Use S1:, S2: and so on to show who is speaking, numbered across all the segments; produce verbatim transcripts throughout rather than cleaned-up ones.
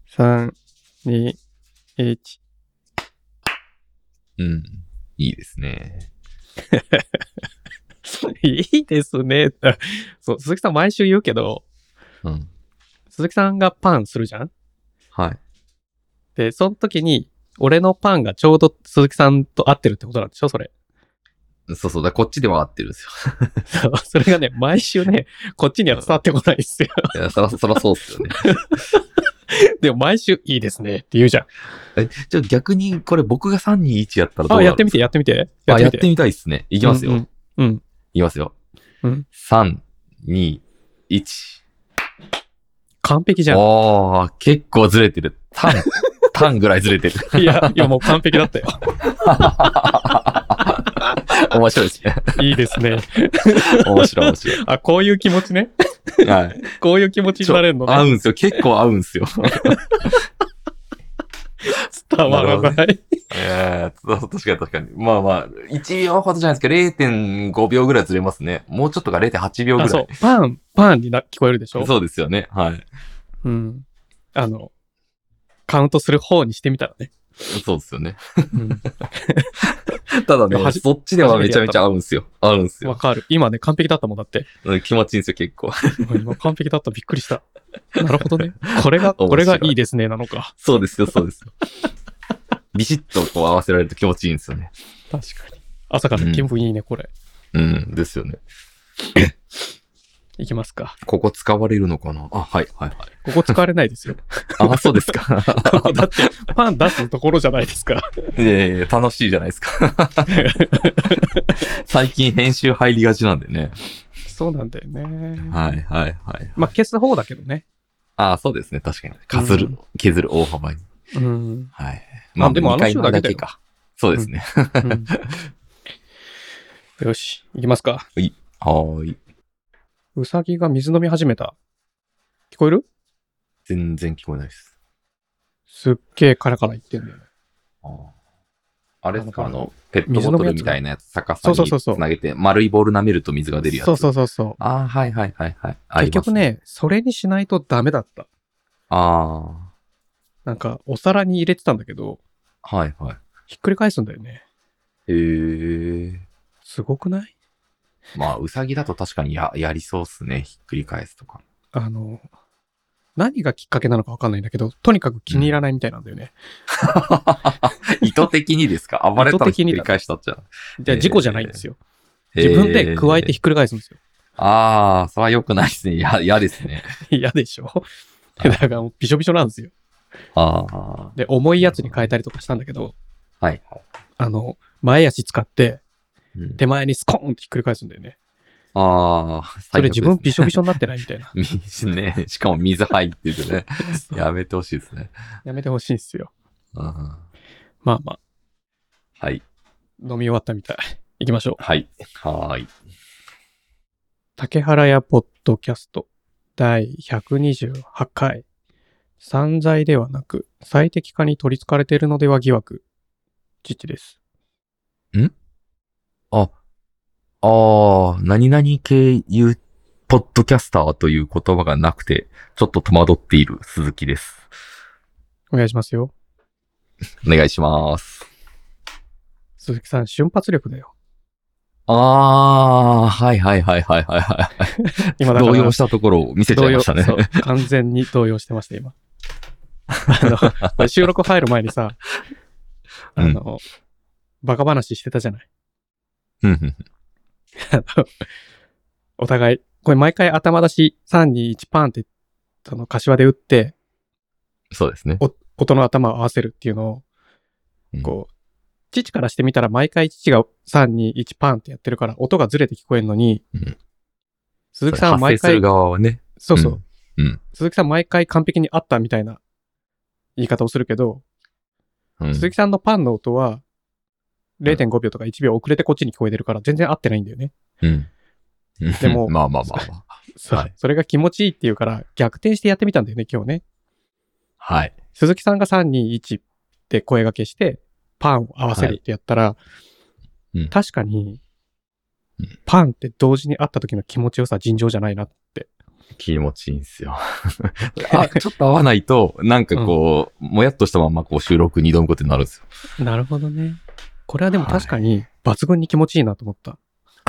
S1: さん、に、いち。
S2: うん。いいですね。
S1: いいですね。そう、鈴木さん毎週言うけど、
S2: うん。
S1: 鈴木さんがパンするじゃん。
S2: はい。
S1: で、その時に、俺のパンがちょうど鈴木さんと合ってるってことなんでしょそれ。
S2: そうそう。だこっちでは合ってるんですよ。
S1: そう、それがね、毎週ね、こっちには伝わってこないんですよ。
S2: いや、そら、そらそうっすよね。
S1: でも毎週いいですねって言うじゃん。
S2: え、じゃあ逆にこれ僕がさんにいちやったらどう
S1: あ、
S2: なる
S1: やってみて、やってみて。
S2: あ、やってみたいっすね。いきますよ。
S1: うん、うん。うん。
S2: いきますよ。
S1: うん。
S2: さん、に、いち。
S1: 完璧じゃん。
S2: おー、結構ずれてる。タン、タンぐらいずれてる。
S1: いや、いやもう完璧だったよ。
S2: 面白いですね。
S1: いいですね。
S2: 面白い面白い。
S1: あ、こういう気持ちね。
S2: はい。
S1: こういう気持ちになれるのね。
S2: 合うんすよ。結構合うんすよ。
S1: 伝わらない。
S2: ええー、確かに確かに。まあまあ、いちびょうほどじゃないですけど、れいてんごびょうぐらいずれますね。もうちょっとかれいてんはちびょうぐ
S1: あ、
S2: らい。
S1: そう。パン、パンにな聞こえるでしょ。
S2: そうですよね。はい。
S1: うん。あの、カウントする方にしてみたらね。
S2: そうですよね。
S1: うん。
S2: ただね、
S1: はじ
S2: そっちではめちゃめちゃ合うんすよ。合うんすよ。
S1: わかる。今ね、完璧だったもんだって。
S2: うん気持ちいいんですよ、結構。
S1: 今完璧だった。びっくりした。なるほどね。これが、
S2: 面白い
S1: これがいいですね、なのか。
S2: そうですよ、そうですよ。ビシッとこう合わせられると気持ちいいんですよね。
S1: 確かに。朝から気分いいね、これ。
S2: うん、ですよね。
S1: いきますか。
S2: ここ使われるのかなあ、はい、はい、はい。
S1: ここ使われないですよ。
S2: あ、そうですか。
S1: ここだって、パン出すところじゃないですか。
S2: いやいやいや楽しいじゃないですか。最近編集入りがちなんでね。
S1: そうなんだよね。
S2: はい、はい、はい。
S1: まあ、消す方だけどね。
S2: ああ、そうですね。確かに。削る、
S1: うん
S2: 削る大幅に。
S1: うん。
S2: はい。
S1: あでもあの
S2: にかい
S1: 週だけだよ
S2: か。そうですね。
S1: うんよし、いきますか。
S2: はい。はーい。
S1: うさぎが水飲み始めた。聞こえる？
S2: 全然聞こえないです。
S1: すっげえカラカラ言ってんだよね。
S2: ああれですか、
S1: あの
S2: あの、ペットボトルみたいなやつ、逆さに
S1: そうそうそうそう
S2: つなげて、丸いボール舐めると水が出るやつ。
S1: そうそうそうそう。
S2: ああ、はいはいはいはい。
S1: 結局ね、それにしないとダメだった。
S2: あ
S1: なんか、お皿に入れてたんだけど、
S2: あ、はいはい。
S1: ひっくり返すんだよね。
S2: へえ。
S1: すごくない？
S2: まあ、うさぎだと確かにや、やりそうっすね。ひっくり返すとか。
S1: あの、何がきっかけなのかわかんないんだけど、とにかく気に入らないみたいなんだよね。
S2: 意図的にですか？暴れたらひっくり返したっちゃう。
S1: で、事故じゃないんですよ。
S2: へー
S1: 自分で加えてひっくり返すんですよ。
S2: ああ、それは良くないですね。や、嫌ですね。
S1: 嫌でしょ？だからもうびしょびしょなんですよ。
S2: ああ。
S1: で、重いやつに変えたりとかしたんだけど、
S2: はいはい。
S1: あの、前足使って、
S2: うん
S1: 手前にスコーンってひっくり返すんだよね。
S2: ああ、
S1: それ自分びしょびしょになってないみたいな。
S2: 水ね。しかも水入っててね。やめてほしいですね。
S1: やめてほしいんですよ。
S2: あ
S1: まあまあ、
S2: はい。
S1: 飲み終わったみたい。行きましょう。
S2: はい。はーい。
S1: 竹原屋ポッドキャストだいひゃくにじゅうはちかい。散財ではなく最適化に取り憑かれているのでは疑惑。父です。
S2: あ、ああ、何々系ユーポッドキャスターという言葉がなくて、ちょっと戸惑っている鈴木です。
S1: お願いしますよ。
S2: お願いします。
S1: 鈴木さん、瞬発力だよ。
S2: ああ、はいはいはいはいはいはい。
S1: 今だから
S2: 動揺したところを見せちゃいましたね。
S1: 動揺そう完全に動揺してました、今。あの、これ収録入る前にさ、あの、うん、バカ話してたじゃない。
S2: うんうん
S1: あのお互い、これ毎回頭出しさん、に、いちパンって、その柏で打って、
S2: そうですね。
S1: 音の頭を合わせるっていうのを、うん、こう、父からしてみたら毎回父がさん、に、いちパンってやってるから音がずれて聞こえるのに、うん、鈴木さんは毎回、
S2: 発生する側はね。
S1: そうそう、
S2: うんうん。
S1: 鈴木さん毎回完璧に合ったみたいな言い方をするけど、うん、鈴木さんのパンの音は れいてんごびょうとかいちびょう遅れてこっちに聞こえてるから全然合ってないんだよね。
S2: うん。
S1: でも、
S2: まあまあまあまあ。
S1: そう、はい、それが気持ちいいっていうから逆転してやってみたんだよね、今日ね。
S2: はい。
S1: 鈴木さんがさん、に、いちって声掛けして、パンを合わせるってやったら、はいうん、確かに、パンって同時に会った時の気持ちよさ尋常じゃないなって。
S2: 気持ちいいんですよ。あ、ちょっと合わないと、なんかこう、うん、もやっとしたままこう収録に挑むことになるんです
S1: よ。なるほどね。これはでも確かに抜群に気持ちいいなと思った。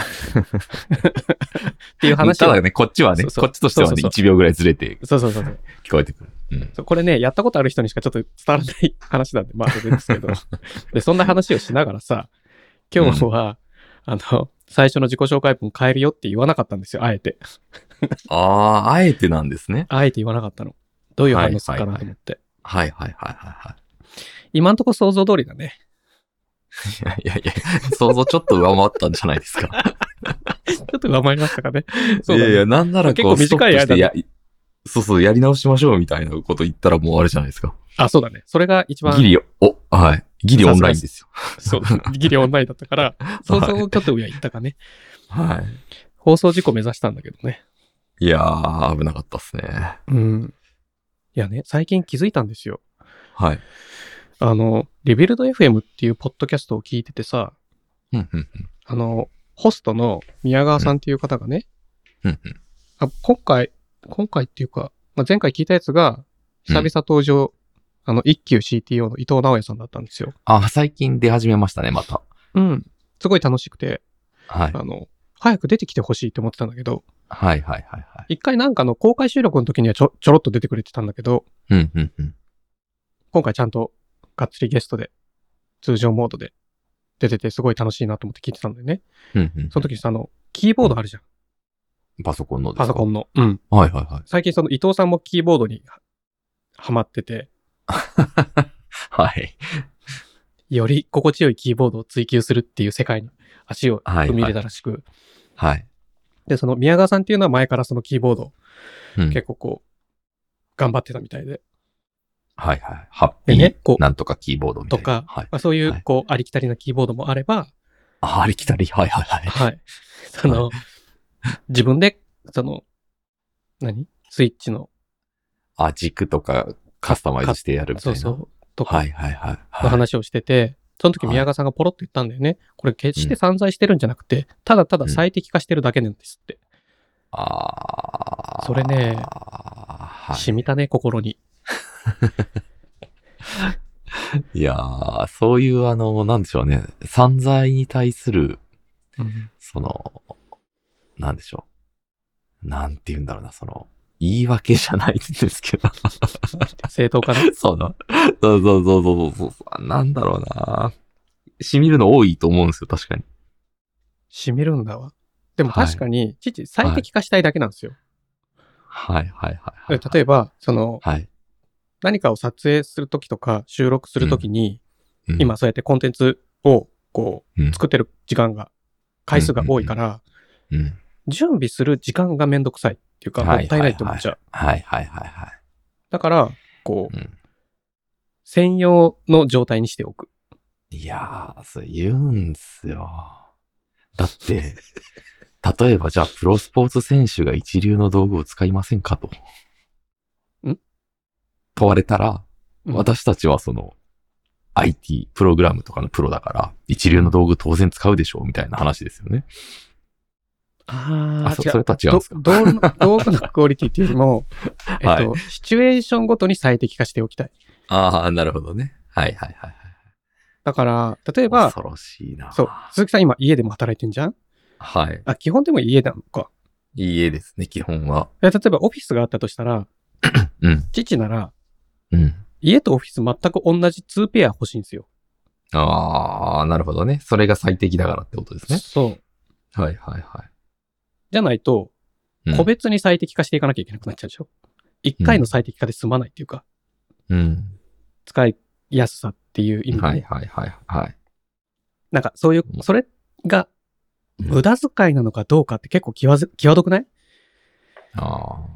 S1: っていう話を。
S2: ただね、こっちはね、そうそうこっちとしてはね、そうそうそういちびょうぐらいずれて、
S1: そうそうそうそう
S2: 聞こえてくる。うん、
S1: そうこれね、やったことある人にしかちょっと伝わらない話なんで、まあ、全然ですけど。で、そんな話をしながらさ、今日は、うん、あの、最初の自己紹介文変えるよって言わなかったんですよ、あえて。
S2: ああ、あえてなんですね。
S1: あえて言わなかったの。どういう反応するかなと思って。
S2: はいはいはいはいはい。
S1: 今んとこ想像通りだね。
S2: いやいやいや、想像ちょっと上回ったんじゃないですか。
S1: ちょっと上回りましたかね。そうだね。
S2: いやいや、なんならこう、
S1: 結構短い間で
S2: や、そうそう、やり直しましょうみたいなこと言ったらもうあれじゃないですか。
S1: あ、そうだね。それが一番。
S2: ギリ、お、はい。ギリオンラインですよ。
S1: そう、ギリオンラインだったから、想像ちょっと上行ったかね。
S2: はい。
S1: 放送事故目指したんだけどね。
S2: いやー、危なかったっすね。
S1: うん。いやね、最近気づいたんですよ。
S2: はい。
S1: あの、リビルド エフエム っていうポッドキャストを聞いててさ、
S2: うんうんうん、
S1: あの、ホストの宮川さんっていう方がね、
S2: うんうん、
S1: あ今回、今回っていうか、まあ、前回聞いたやつが、久々登場、うん、あの、一級 シーティーオー の伊藤直也さんだったんですよ。
S2: あ、最近出始めましたね、また。
S1: うん。すごい楽しくて、
S2: はい。
S1: あの、早く出てきてほしいって思ってたんだけど、
S2: はいはいはいはい。
S1: 一回なんかの公開収録の時にはちょ、ちょろっと出てくれてたんだけど、
S2: うんうんうん。
S1: 今回ちゃんとがっつりゲストで、通常モードで出ててすごい楽しいなと思って聞いてたんだよね。
S2: うんうん。
S1: その時にさ、あの、キーボードあるじゃん。
S2: うん、パソコンのですか？
S1: パソコンの。うん。
S2: はいはいはい。
S1: 最近その伊藤さんもキーボードにハマってて。
S2: はい。
S1: より心地よいキーボードを追求するっていう世界に足を踏み入れたらしく。はい、
S2: はいはい。
S1: で、その宮川さんっていうのは前からそのキーボード、
S2: うん、
S1: 結構こう、頑張ってたみたいで。
S2: はいはい。ハッピー、ね、こうなんとかキーボードみたいな。
S1: とか、
S2: はい
S1: まあ、そういう、こう、ありきたりなキーボードもあれば、
S2: あ、ありきたり、はいはいはい。
S1: はい。その、はい、自分で、その、何スイッチの。
S2: あ、軸とかカスタマイズしてやるみたいな。
S1: そうそう。とか。
S2: はいはいはい。
S1: の話をしてて、その時宮川さんがポロッと言ったんだよね。はい、これ決して散財してるんじゃなくて、うん、ただただ最適化してるだけなんですって。うん、
S2: ああ。
S1: それね、はい、染みたね、心に。
S2: いやー、そういうあの、なんでしょうね。散財に対する、
S1: うん、
S2: その、なんでしょう。なんて言うんだろうな、その、言い訳じゃないんですけど。
S1: 正当かな
S2: その、そうそうそうそうそうそう。なんだろうな。染みるの多いと思うんですよ、確かに。
S1: 染みるんだわ。でも確かに、父、最適化したいだけなんですよ。
S2: はいはいはい、はい。
S1: 例えば、その、
S2: はい、
S1: 何かを撮影するときとか収録するときに、
S2: うん、
S1: 今そうやってコンテンツをこう、作ってる時間が、回数が多いから、
S2: うんうんうん、
S1: 準備する時間がめんどくさいっていうか、もったいないと思っちゃう。
S2: はいはいはいはい。
S1: だから、こう、うん、専用の状態にしておく。
S2: いやー、それ言うんすよ。だって、例えばじゃあプロスポーツ選手が一流の道具を使いませんかと。
S1: ん
S2: 問われたら、うん、私たちはその アイティー、プログラムとかのプロだから、一流の道具当然使うでしょうみたいな話ですよね。
S1: ああ、
S2: そ, それとは違うんですか？
S1: 道具のクオリティっていうよりも、えっと、はい、シチュエーションごとに最適化しておきたい。
S2: ああ、なるほどね。はいはいはい。
S1: だから、例えば、
S2: 恐ろしいな。
S1: そう、鈴木さん今家でも働いてんじゃん？
S2: はい。
S1: あ、基本でも家なのか。
S2: 家ですね、基本は。
S1: 例えばオフィスがあったとしたら、
S2: うん。
S1: 父なら、
S2: うん。
S1: 家とオフィス全く同じにペア欲しいんですよ。
S2: ああ、なるほどね。それが最適だからってことですね。
S1: そう。
S2: はいはいはい。
S1: じゃないと、個別に最適化していかなきゃいけなくなっちゃうでしょ。一、うん、回の最適化で済まないっていうか。
S2: うん。
S1: 使いやすさっていう意味で。
S2: はいはいはいはい。
S1: なんかそういう、それが無駄遣いなのかどうかって結構際ず、際どくない？
S2: ああ。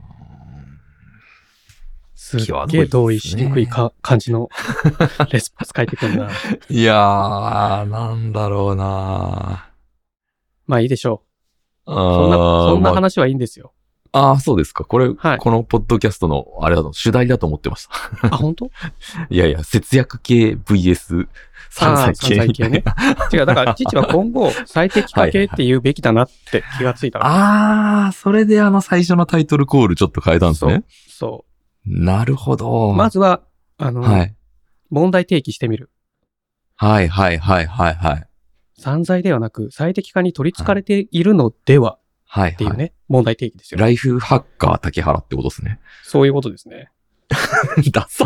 S1: すっげえ同意しにくいか感じのレスポンス書いてくるな。
S2: いやー、なんだろうな。
S1: まあいいでしょう。そんな、そんな話はいいんですよ。
S2: ああ、そうですか。これ、
S1: はい
S2: このポッドキャストの、あれだと、主題だと思ってました。
S1: あ、本当？
S2: いやいや、節約系 ブイエス 散財系。
S1: 散財系ね。違う、だから父は今後、最適化系って言うべきだなって気がついたの。
S2: ああ、それであの最初のタイトルコールちょっと変えたんですね。
S1: そう。
S2: なるほど。
S1: まずは、あの、
S2: はい。
S1: 問題提起してみる。
S2: はいはいはいはいはい。
S1: 散財ではなく、最適化に取り憑かれているのでは
S2: はい
S1: っていうね、
S2: はい。
S1: 問題提起ですよ。
S2: ライフハッカー竹原ってことですね。
S1: そういうことですね。
S2: ダサい。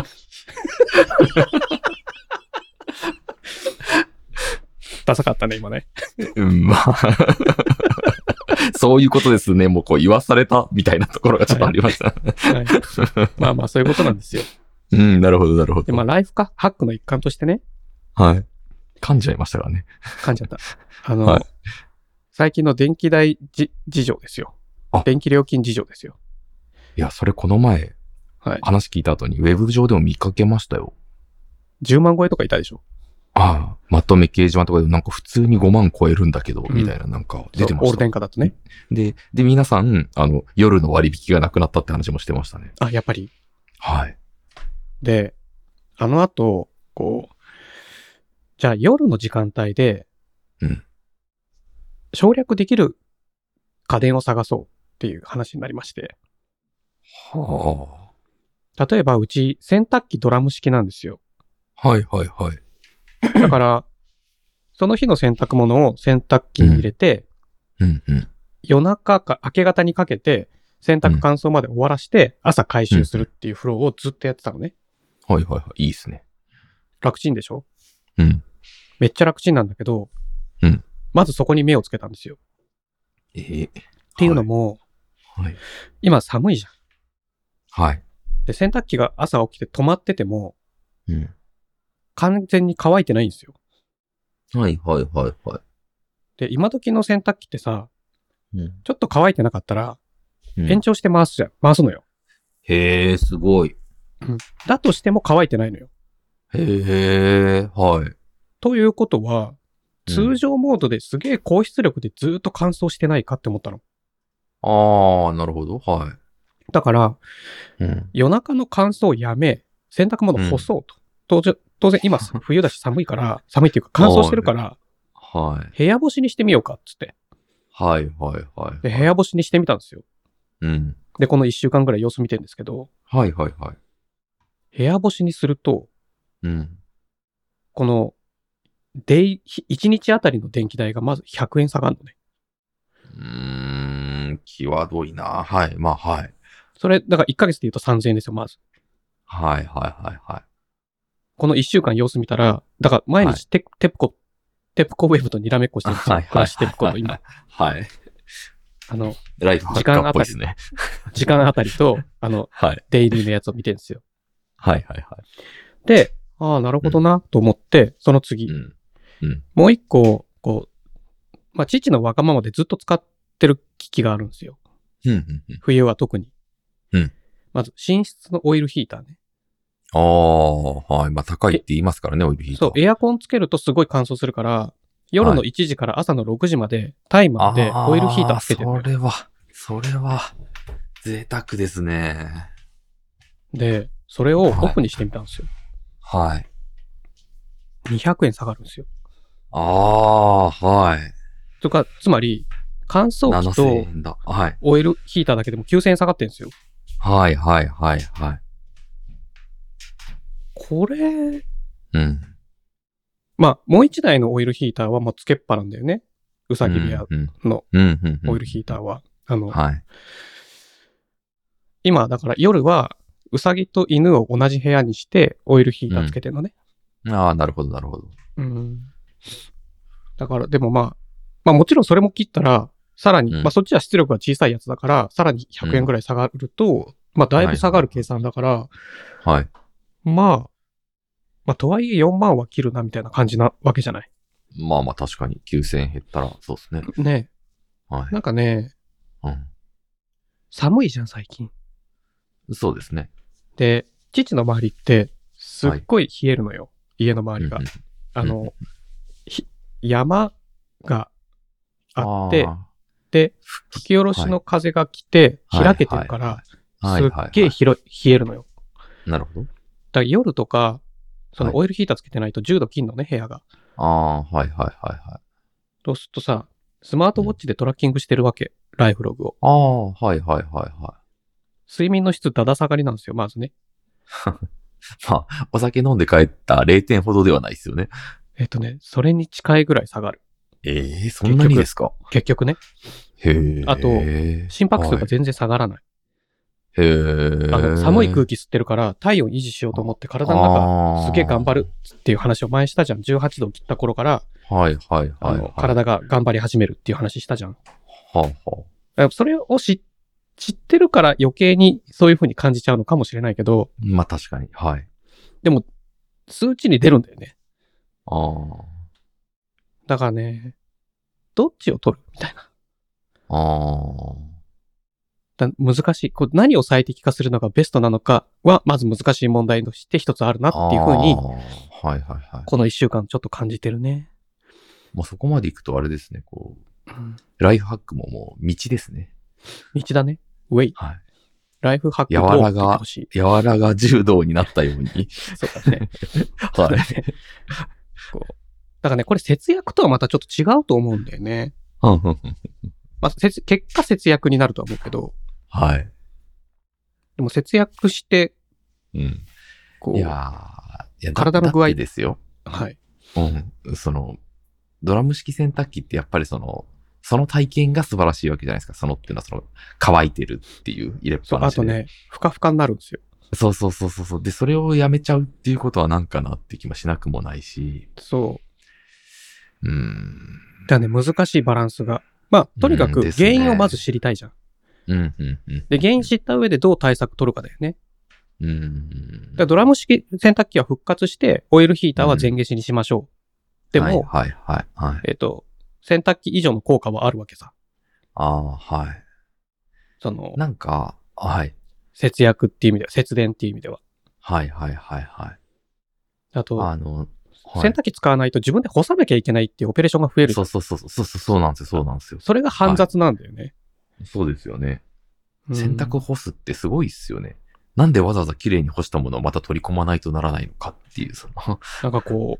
S1: ダサかったね、今ね。
S2: うん、まあ。そういうことですね。もうこう言わされたみたいなところがちょっとありました。
S1: はいはい、まあまあ、そういうことなんですよ。
S2: うん、なるほどなるほど。
S1: で、まあ、ライフかハックの一環としてね。
S2: はい。噛んじゃいましたからね。
S1: 噛んじゃった。あの、
S2: はい、
S1: 最近の電気代じ事情ですよ。電気料金事情ですよ。
S2: いや、それこの前、はい、話聞いた後にウェブ上でも見かけましたよ。
S1: じゅうまん超えとかいたでしょ。
S2: ああ、まとめ掲示板とかでなんか普通にごまん超えるんだけど、うん、みたいななんか出てました。
S1: オール電化だとね。
S2: で、で、皆さん、あの、夜の割引がなくなったって話もしてましたね。
S1: あ、やっぱり。
S2: はい。
S1: で、あの後、こう、じゃあ夜の時間帯で、
S2: うん。
S1: 省略できる家電を探そうっていう話になりまして。
S2: は
S1: あ。例えば、うち洗濯機ドラム式なんですよ。
S2: はいはいはい。
S1: だから、その日の洗濯物を洗濯機に入れて、
S2: うんうんうん、
S1: 夜中か明け方にかけて洗濯乾燥まで終わらして朝回収するっていうフローをずっとやってたのね。
S2: うん、はいはいはい。いいですね。
S1: 楽ちんでしょ？
S2: うん。
S1: めっちゃ楽ちんなんだけど、
S2: うん。
S1: まずそこに目をつけたんですよ。
S2: えー、
S1: っていうのも、
S2: はい、
S1: 今寒いじ
S2: ゃん。はい。
S1: で、洗濯機が朝起きて止まってても、
S2: うん。
S1: 完全に乾いてないんですよ。
S2: はいはいはいはい。
S1: で、今時の洗濯機ってさ、
S2: うん、
S1: ちょっと乾いてなかったら、
S2: うん、
S1: 延長して回すじゃん。回すのよ。
S2: へえ、すごい。
S1: うん。だとしても乾いてないのよ。
S2: へえ、はい。
S1: ということは、通常モードですげえ高出力でずっと乾燥してないかって思ったの。
S2: ああ、なるほど。はい。
S1: だから、
S2: うん、
S1: 夜中の乾燥をやめ、洗濯物干そうと。うん、当然、当然今冬だし寒いから、寒いっていうか乾燥してるから、
S2: はい。
S1: 部屋干しにしてみようかっつって。
S2: はいはいはい。
S1: で、部屋干しにしてみたんですよ。
S2: うん。で、
S1: この一週間ぐらい様子見てるんですけど。
S2: はいはいはい。
S1: 部屋干しにすると、
S2: うん。
S1: この、デイ、一日あたりの電気代がまずひゃくえん下がるのね。
S2: うーん、際どいな。はい。まあはい。
S1: それ、だからいっかげつで言うとさんぜんえんですよ、まず。
S2: はいはいはいはい。
S1: このいっしゅうかん様子見たら、だから毎日テ、はい、テプコ、テプコウェブとにらめっこしてるんですよ。フラッシュテプコと今。
S2: はい。
S1: あの、
S2: ライフ
S1: 時間あたり、
S2: ね、
S1: 時間あたりと、あの、はい、デイリーのやつを見てるんですよ。
S2: はいはいはい。
S1: で、ああ、なるほどな、と思って、その次。
S2: うんうん、
S1: もう一個、こう、まあ、父のわがままでずっと使ってる機器があるんですよ。
S2: うんうんうん、
S1: 冬は特に。
S2: うん。
S1: まず、寝室のオイルヒーターね。
S2: ああ、はい。まあ、高いって言いますからね、オイルヒーター。
S1: そう、エアコンつけるとすごい乾燥するから、夜のいちじから朝のろくじまでタイマーでオイルヒーターつけてるのよ。
S2: それは、それは、贅沢ですね。
S1: で、それをオフにしてみたんですよ。
S2: はい。
S1: にひゃくえん下がるんですよ。
S2: ああ、はい。
S1: とか、つまり、乾燥機とオイルヒーターだけでもきゅうせんえん下がってるんですよ。
S2: はいはいはいはい。
S1: これ、
S2: うん。
S1: まあ、もう一台のオイルヒーターはもうつけっぱなんだよね。うさぎ部屋のオイルヒーターは。あの、
S2: はい。
S1: 今、だから夜は、うさぎと犬を同じ部屋にしてオイルヒーターつけてるのね。
S2: うん、ああ、なるほどなるほど。
S1: うん。だから、でもまあ、まあもちろんそれも切ったら、さらに、うん、まあそっちは出力が小さいやつだから、さらにひゃくえんぐらい下がると、うん、まあだいぶ下がる計算だから、
S2: はい。
S1: まあ、まあとはいえよんまんは切るなみたいな感じなわけじゃない。
S2: まあまあ確かにきゅうせんえん減ったらそうですね。
S1: ね
S2: え。はい。
S1: なんかね、
S2: うん。
S1: 寒いじゃん最近。
S2: そうですね。
S1: で、父の周りって、すっごい冷えるのよ。はい、家の周りが。うんうん、あの、うん、山があって、 で、吹き下ろしの風が来て、
S2: はい
S1: 開けてるから、
S2: はいはいはい
S1: すっげえ広い冷えるのよ。
S2: なるほど。
S1: だから夜とか、その
S2: はい
S1: オイルヒーターつけてないとじゅうど切んのね、部屋が。
S2: ああ、はいはいはいはい。
S1: そうするとさ、スマートウォッチでトラッキングしてるわけ。ライフログを。
S2: ああ、はいはいはいはい。
S1: 睡眠の質だだ下がりなんですよ、まずね。
S2: まあ、お酒飲んで帰ったれいてんほどではないですよね。
S1: えっとね、それに近いぐらい下がる。
S2: ええそんなにですか。
S1: 結局ね。
S2: へえ。
S1: あと心拍数が全然下がらない。
S2: へえ。
S1: あの、寒い空気吸ってるから体温維持しようと思って体の中すげえ頑張るっていう話を前したじゃん。じゅうはちど切った頃から、
S2: はいはいはい、
S1: あの、体が頑張り始めるっていう話したじゃん。
S2: はあはあ、
S1: それを知知ってるから余計にそういう風に感じちゃうのかもしれないけど。
S2: まあ確かに。はい。
S1: でも、数値に出るんだよね。
S2: ああ。
S1: だからね、どっちを取るみたいな。
S2: ああ。
S1: だ難しい。こう何を最適化するのがベストなのかは、まず難しい問題として一つあるなっていう風に、
S2: はいはいはい。
S1: この一週間ちょっと感じてるね。
S2: もうそこまで行くとあれですね、こう、
S1: うん、
S2: ライフハックももう道ですね。
S1: 道だね。ウェイ。
S2: はい。
S1: ライフハック
S2: やわらが、やわらが柔道になったように。
S1: そうだね。
S2: はい。
S1: こうだからね、これ節約とはまたちょっと違うと思うんだよね。
S2: ま
S1: あ、結果節約になるとは思うけど。
S2: はい。
S1: でも節約して、
S2: うん。
S1: こう。
S2: いやー、いや
S1: 体の具合
S2: ですよ。
S1: はい。
S2: うん。その、ドラム式洗濯機ってやっぱりその、その体験が素晴らしいわけじゃないですか。そのっていうのはその、乾いてるっていう入れっぱなしで。
S1: そう、あとね、ふかふかになるんですよ。
S2: そうそうそうそう。で、それをやめちゃうっていうことはなんかなって気もしなくもないし。
S1: そう。
S2: うーん。
S1: だね、難しいバランスが。まあ、とにかく原因をまず知りたいじゃん。
S2: うんうんうん。
S1: で、原因知った上でどう対策取るかだよね。
S2: うん。
S1: だドラム式洗濯機は復活して、オイルヒーターは全消しにしましょう。でも、
S2: はいはいはい、はい。
S1: えっと、洗濯機以上の効果はあるわけさ。
S2: ああ、はい。
S1: その、
S2: なんか、はい。
S1: 節約っていう意味では、節電っていう意味では。
S2: はいはいはいはい。
S1: あと、
S2: あの、はい、
S1: 洗濯機使わないと自分で干さなきゃいけないっていうオペレーションが増える。
S2: そうそうそうそうそうそうなんですよ、そうなんですよ。
S1: それが煩雑なんだよね。はい、
S2: そうですよね。洗
S1: 濯
S2: 濯干すってすごいっすよね。なんでわざわざ綺麗に干したものをまた取り込まないとならないのかっていう、その
S1: なんかこ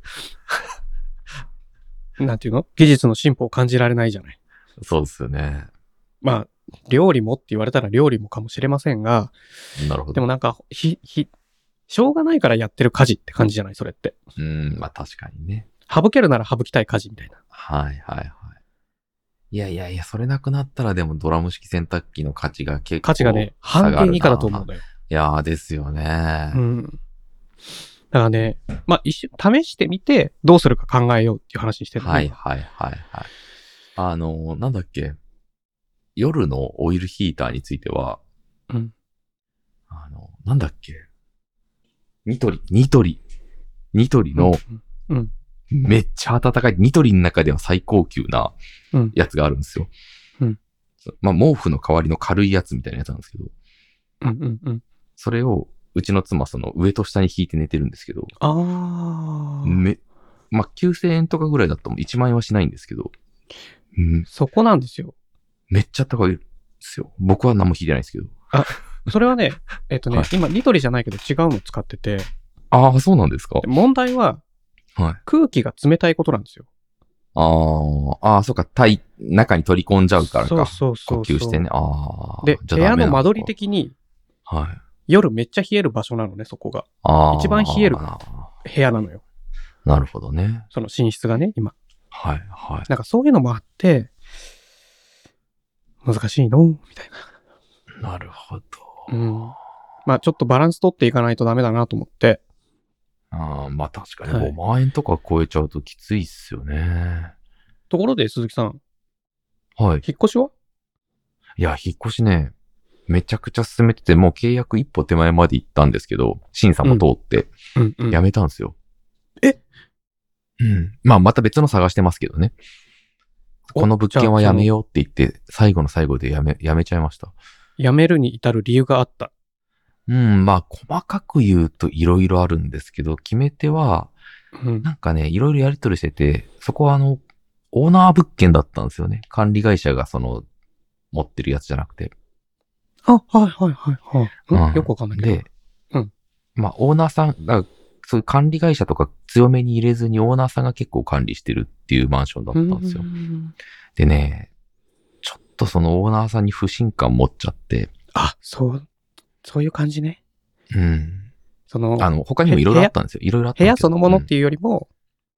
S1: う、なんていうの？技術の進歩を感じられないじゃない。
S2: そうですよね。
S1: まあ、料理もって言われたら料理もかもしれませんが、
S2: なるほど。
S1: でもなんか、ひ、ひ、しょうがないからやってる家事って感じじゃない、それって。
S2: うん、まあ確かにね。
S1: 省けるなら省きたい家事みたいな。
S2: はいはいはい。いやいやいや、それなくなったらでもドラム式洗濯機の価値が結構
S1: 価値がね、半減以下だと思うんだよ。
S2: いやーですよね。
S1: うん。だからね、まあ一瞬試してみてどうするか考えようっていう話にしてる、ね。
S2: はいはいはいはい。あの、なんだっけ。夜のオイルヒーターについては、
S1: うん。
S2: あの、なんだっけ。ニトリ、ニトリ、ニトリの、
S1: うん。うん
S2: めっちゃ暖かい、ニトリの中では最高級なやつがあるんですよ。
S1: うん。
S2: まあ、毛布の代わりの軽いやつみたいなやつなんですけど。
S1: うんうんうん。
S2: それを、うちの妻、その上と下に引いて寝てるんですけど。
S1: ああ。
S2: め、まあ、きゅうせんえんとかぐらいだったらいちまん円はしないんですけど。
S1: うん。そこなんですよ。
S2: めっちゃ高いですよ。僕は何も引いてないですけど。
S1: あ、それはね、えっとね、はい、今ニトリじゃないけど違うの使ってて。
S2: ああ、そうなんですか。
S1: 問題は、はい、空気が冷たいことなんですよ。
S2: ああ、ああ、そうか、体、中に取り込んじゃうからか。
S1: そうそうそう
S2: 呼吸してね。ああ。
S1: で、部屋の間取り的に、
S2: はい。
S1: 夜めっちゃ冷える場所なのね、そこが。ああ。一番冷える部屋なのよ。
S2: なるほどね。
S1: その寝室がね、今。
S2: はい、はい。
S1: なんかそういうのもあって、難しいのみたい
S2: な。なるほど。
S1: うん。まあちょっとバランス取っていかないとダメだなと思って。
S2: ああ、まあ確かにごまん円とか超えちゃうときついっすよね。はい、
S1: ところで鈴木さん。
S2: はい。
S1: 引っ越しはい
S2: や、引っ越しね、めちゃくちゃ進めてて、もう契約一歩手前まで行ったんですけど、審査も通って、
S1: うんうん、
S2: やめたんですよ。
S1: え
S2: うん。まあまた別の探してますけどね。この物件はやめようって言って、最後の最後でやめ、やめちゃいました。
S1: やめるに至る理由があった。
S2: うん、まあ、細かく言うと色々あるんですけど、決め手は、
S1: うん、
S2: なんかね、いろいろやり取りしてて、そこはあの、オーナー物件だったんですよね。管理会社がその、 持ってるやつじゃなくて。
S1: あ、はいはいはいはい。うん
S2: うん
S1: よくわかんないけど。
S2: で、
S1: うん
S2: まあ、オーナーさん、だからそういう管理会社とか強めに入れずにオーナーさんが結構管理してるっていうマンションだったんですよ
S1: う。ん
S2: でね、ちょっとそのオーナーさんに不信感持っちゃって、
S1: あ、そう、そういう感じね。
S2: うん。
S1: その、
S2: あの、他にもいろいろあったんですよ。いろいろあった
S1: 部屋
S2: んだけど
S1: そのものって
S2: うん
S1: いうよりも、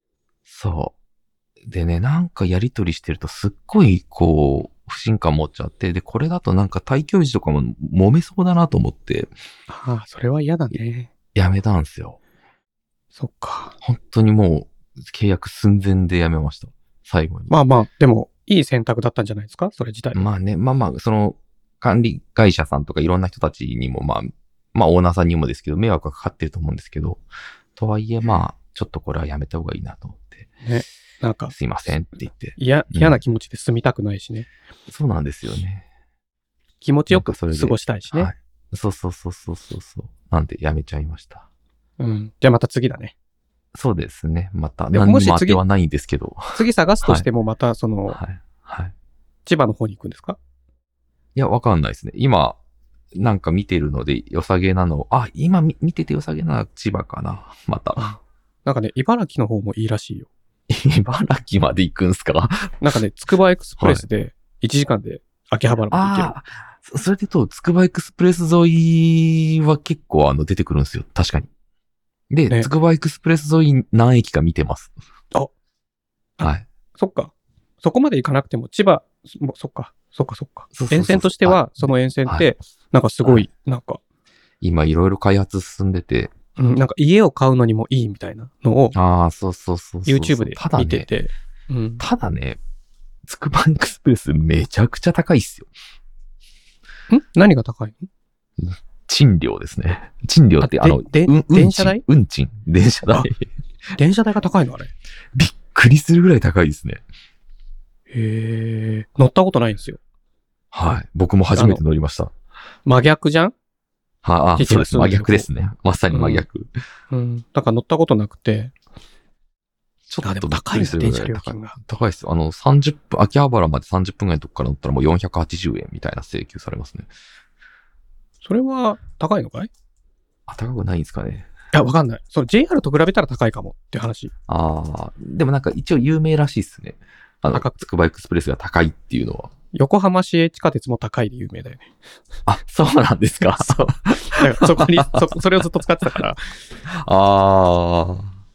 S2: そう。でね、なんかやりとりしてるとすっごいこう、不信感持っちゃって、で、これだとなんか退去時とかも揉めそうだなと思って、
S1: ああ、それは嫌だね。
S2: やめたんですよ。
S1: そっか。
S2: 本当にもう、契約寸前でやめました。最後に。
S1: まあまあ、でも、いい選択だったんじゃないですかそれ自体は。
S2: まあね、まあまあ、その、管理会社さんとかいろんな人たちにも、まあ、まあオーナーさんにもですけど、迷惑がかかってると思うんですけど、とはいえまあ、ちょっとこれはやめた方がいいなと思って、
S1: ね。なんか、
S2: すいませんって言って。
S1: 嫌、嫌な気持ちで住みたくないしね。
S2: そうなんですよね。
S1: 気持ちよく過
S2: なんかそれで
S1: ごしたいしね。
S2: はい。そうそうそうそうそうそう。なんでやめちゃいました。
S1: うん。じゃあまた次だね。
S2: そうですね。また、
S1: でも
S2: 何にも当
S1: もし次
S2: てはないんですけど。
S1: 次探すとしてもまた、その、
S2: はい。はい。
S1: 千葉の方に行くんですか
S2: いや、わかんないですね。今、なんか見てるので良さげなの。あ、今見見てて良さげなのは千葉かな。また。
S1: なんかね、茨城の方もいいらしいよ。
S2: 茨城まで行くんすか？
S1: なんかね、つくばエクスプレスでいちじかんで秋葉原まで行ける。
S2: ああ、そそれで言うと、つくばエクスプレス沿いは結構あの出てくるんですよ。確かに。で、
S1: ね
S2: つくばエクスプレス沿い何駅か見てます。
S1: あ
S2: はい。
S1: そっか。そこまで行かなくても、千葉、もそっか、そっかそっか
S2: そうそうそうそう
S1: 沿線としては、その沿線って、なんかすごい、なんか、
S2: 今いろいろ開発進んでて、
S1: うん、なんか家を買うのにもいいみたいなのを、
S2: ああ、そうそうそうそう。
S1: YouTube で
S2: ただね、
S1: 見てて、うん。
S2: ただね、つくばエクスプレスめちゃくちゃ高いっすよ。
S1: ん何が高いの
S2: 賃料ですね。賃料ってあの、
S1: でで
S2: うん、
S1: 電車代
S2: 運賃。電車代
S1: あ。電車代が高いのあれ。
S2: びっくりするぐらい高いですね。
S1: へえ、乗ったことないんですよ。
S2: はい。僕も初めて乗りました。
S1: 真逆じゃん
S2: はあ、
S1: 父
S2: そうです。真
S1: が住んでる
S2: 逆ですね。まさに真逆。
S1: うん。だから乗ったことなくて、
S2: ちょっと
S1: あでも高いんだ、電車料金が。
S2: 高いですよ。あの、さんじゅっぷん、秋葉原までさんじゅっぷんぐらいのとこから乗ったらもうよんひゃくはちじゅうえんみたいな請求されますね。
S1: それは高いのかいい
S2: あ、高くないんですかね。
S1: や、わかんない。その ジェイアール と比べたら高いかもって話。
S2: ああ、でもなんか一応有名らしいっすね。あの、
S1: 高く
S2: つくばエクスプレスが高いっていうのは。
S1: 横浜市営地下鉄も高いで有名だよね。
S2: あ、そうなんですか。
S1: そう。だからそこに、そ、それをずっと使ってたから。
S2: ああ。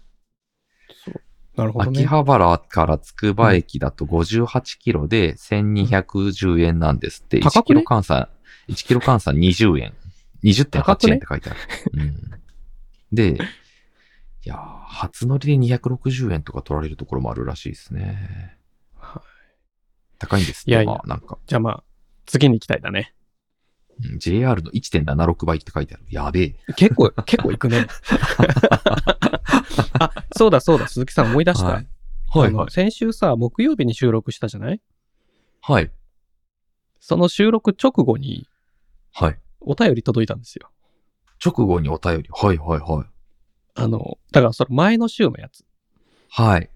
S1: なるほどね。
S2: 秋葉原からつくば駅だとごじゅうはちキロでせんにひゃくじゅうえんなんですって。
S1: 高くね
S2: いちキロ換算、いちキロ換算にじゅうえん。にじゅってんはちえんって書いてある。うん、で、いやー、初乗りでにひゃくろくじゅうえんとか取られるところもあるらしいですね。
S1: はい
S2: 高いんですって。
S1: いやいや
S2: まあ、なんか、
S1: じゃあまあ、次に行きたいだね。
S2: うん ジェイアール の いってんななろく 倍って書いてある。やべえ。
S1: 結構、結構行くね。あ、そうだそうだ、鈴木さん思い出した。
S2: はいはいはい。
S1: あの先週さ、木曜日に収録したじゃない
S2: はい。
S1: その収録直後に
S2: はい。
S1: お便り届いたんですよ。
S2: 直後にお便り。はいはいはい。
S1: あの、だからその前の週のやつ。
S2: はい。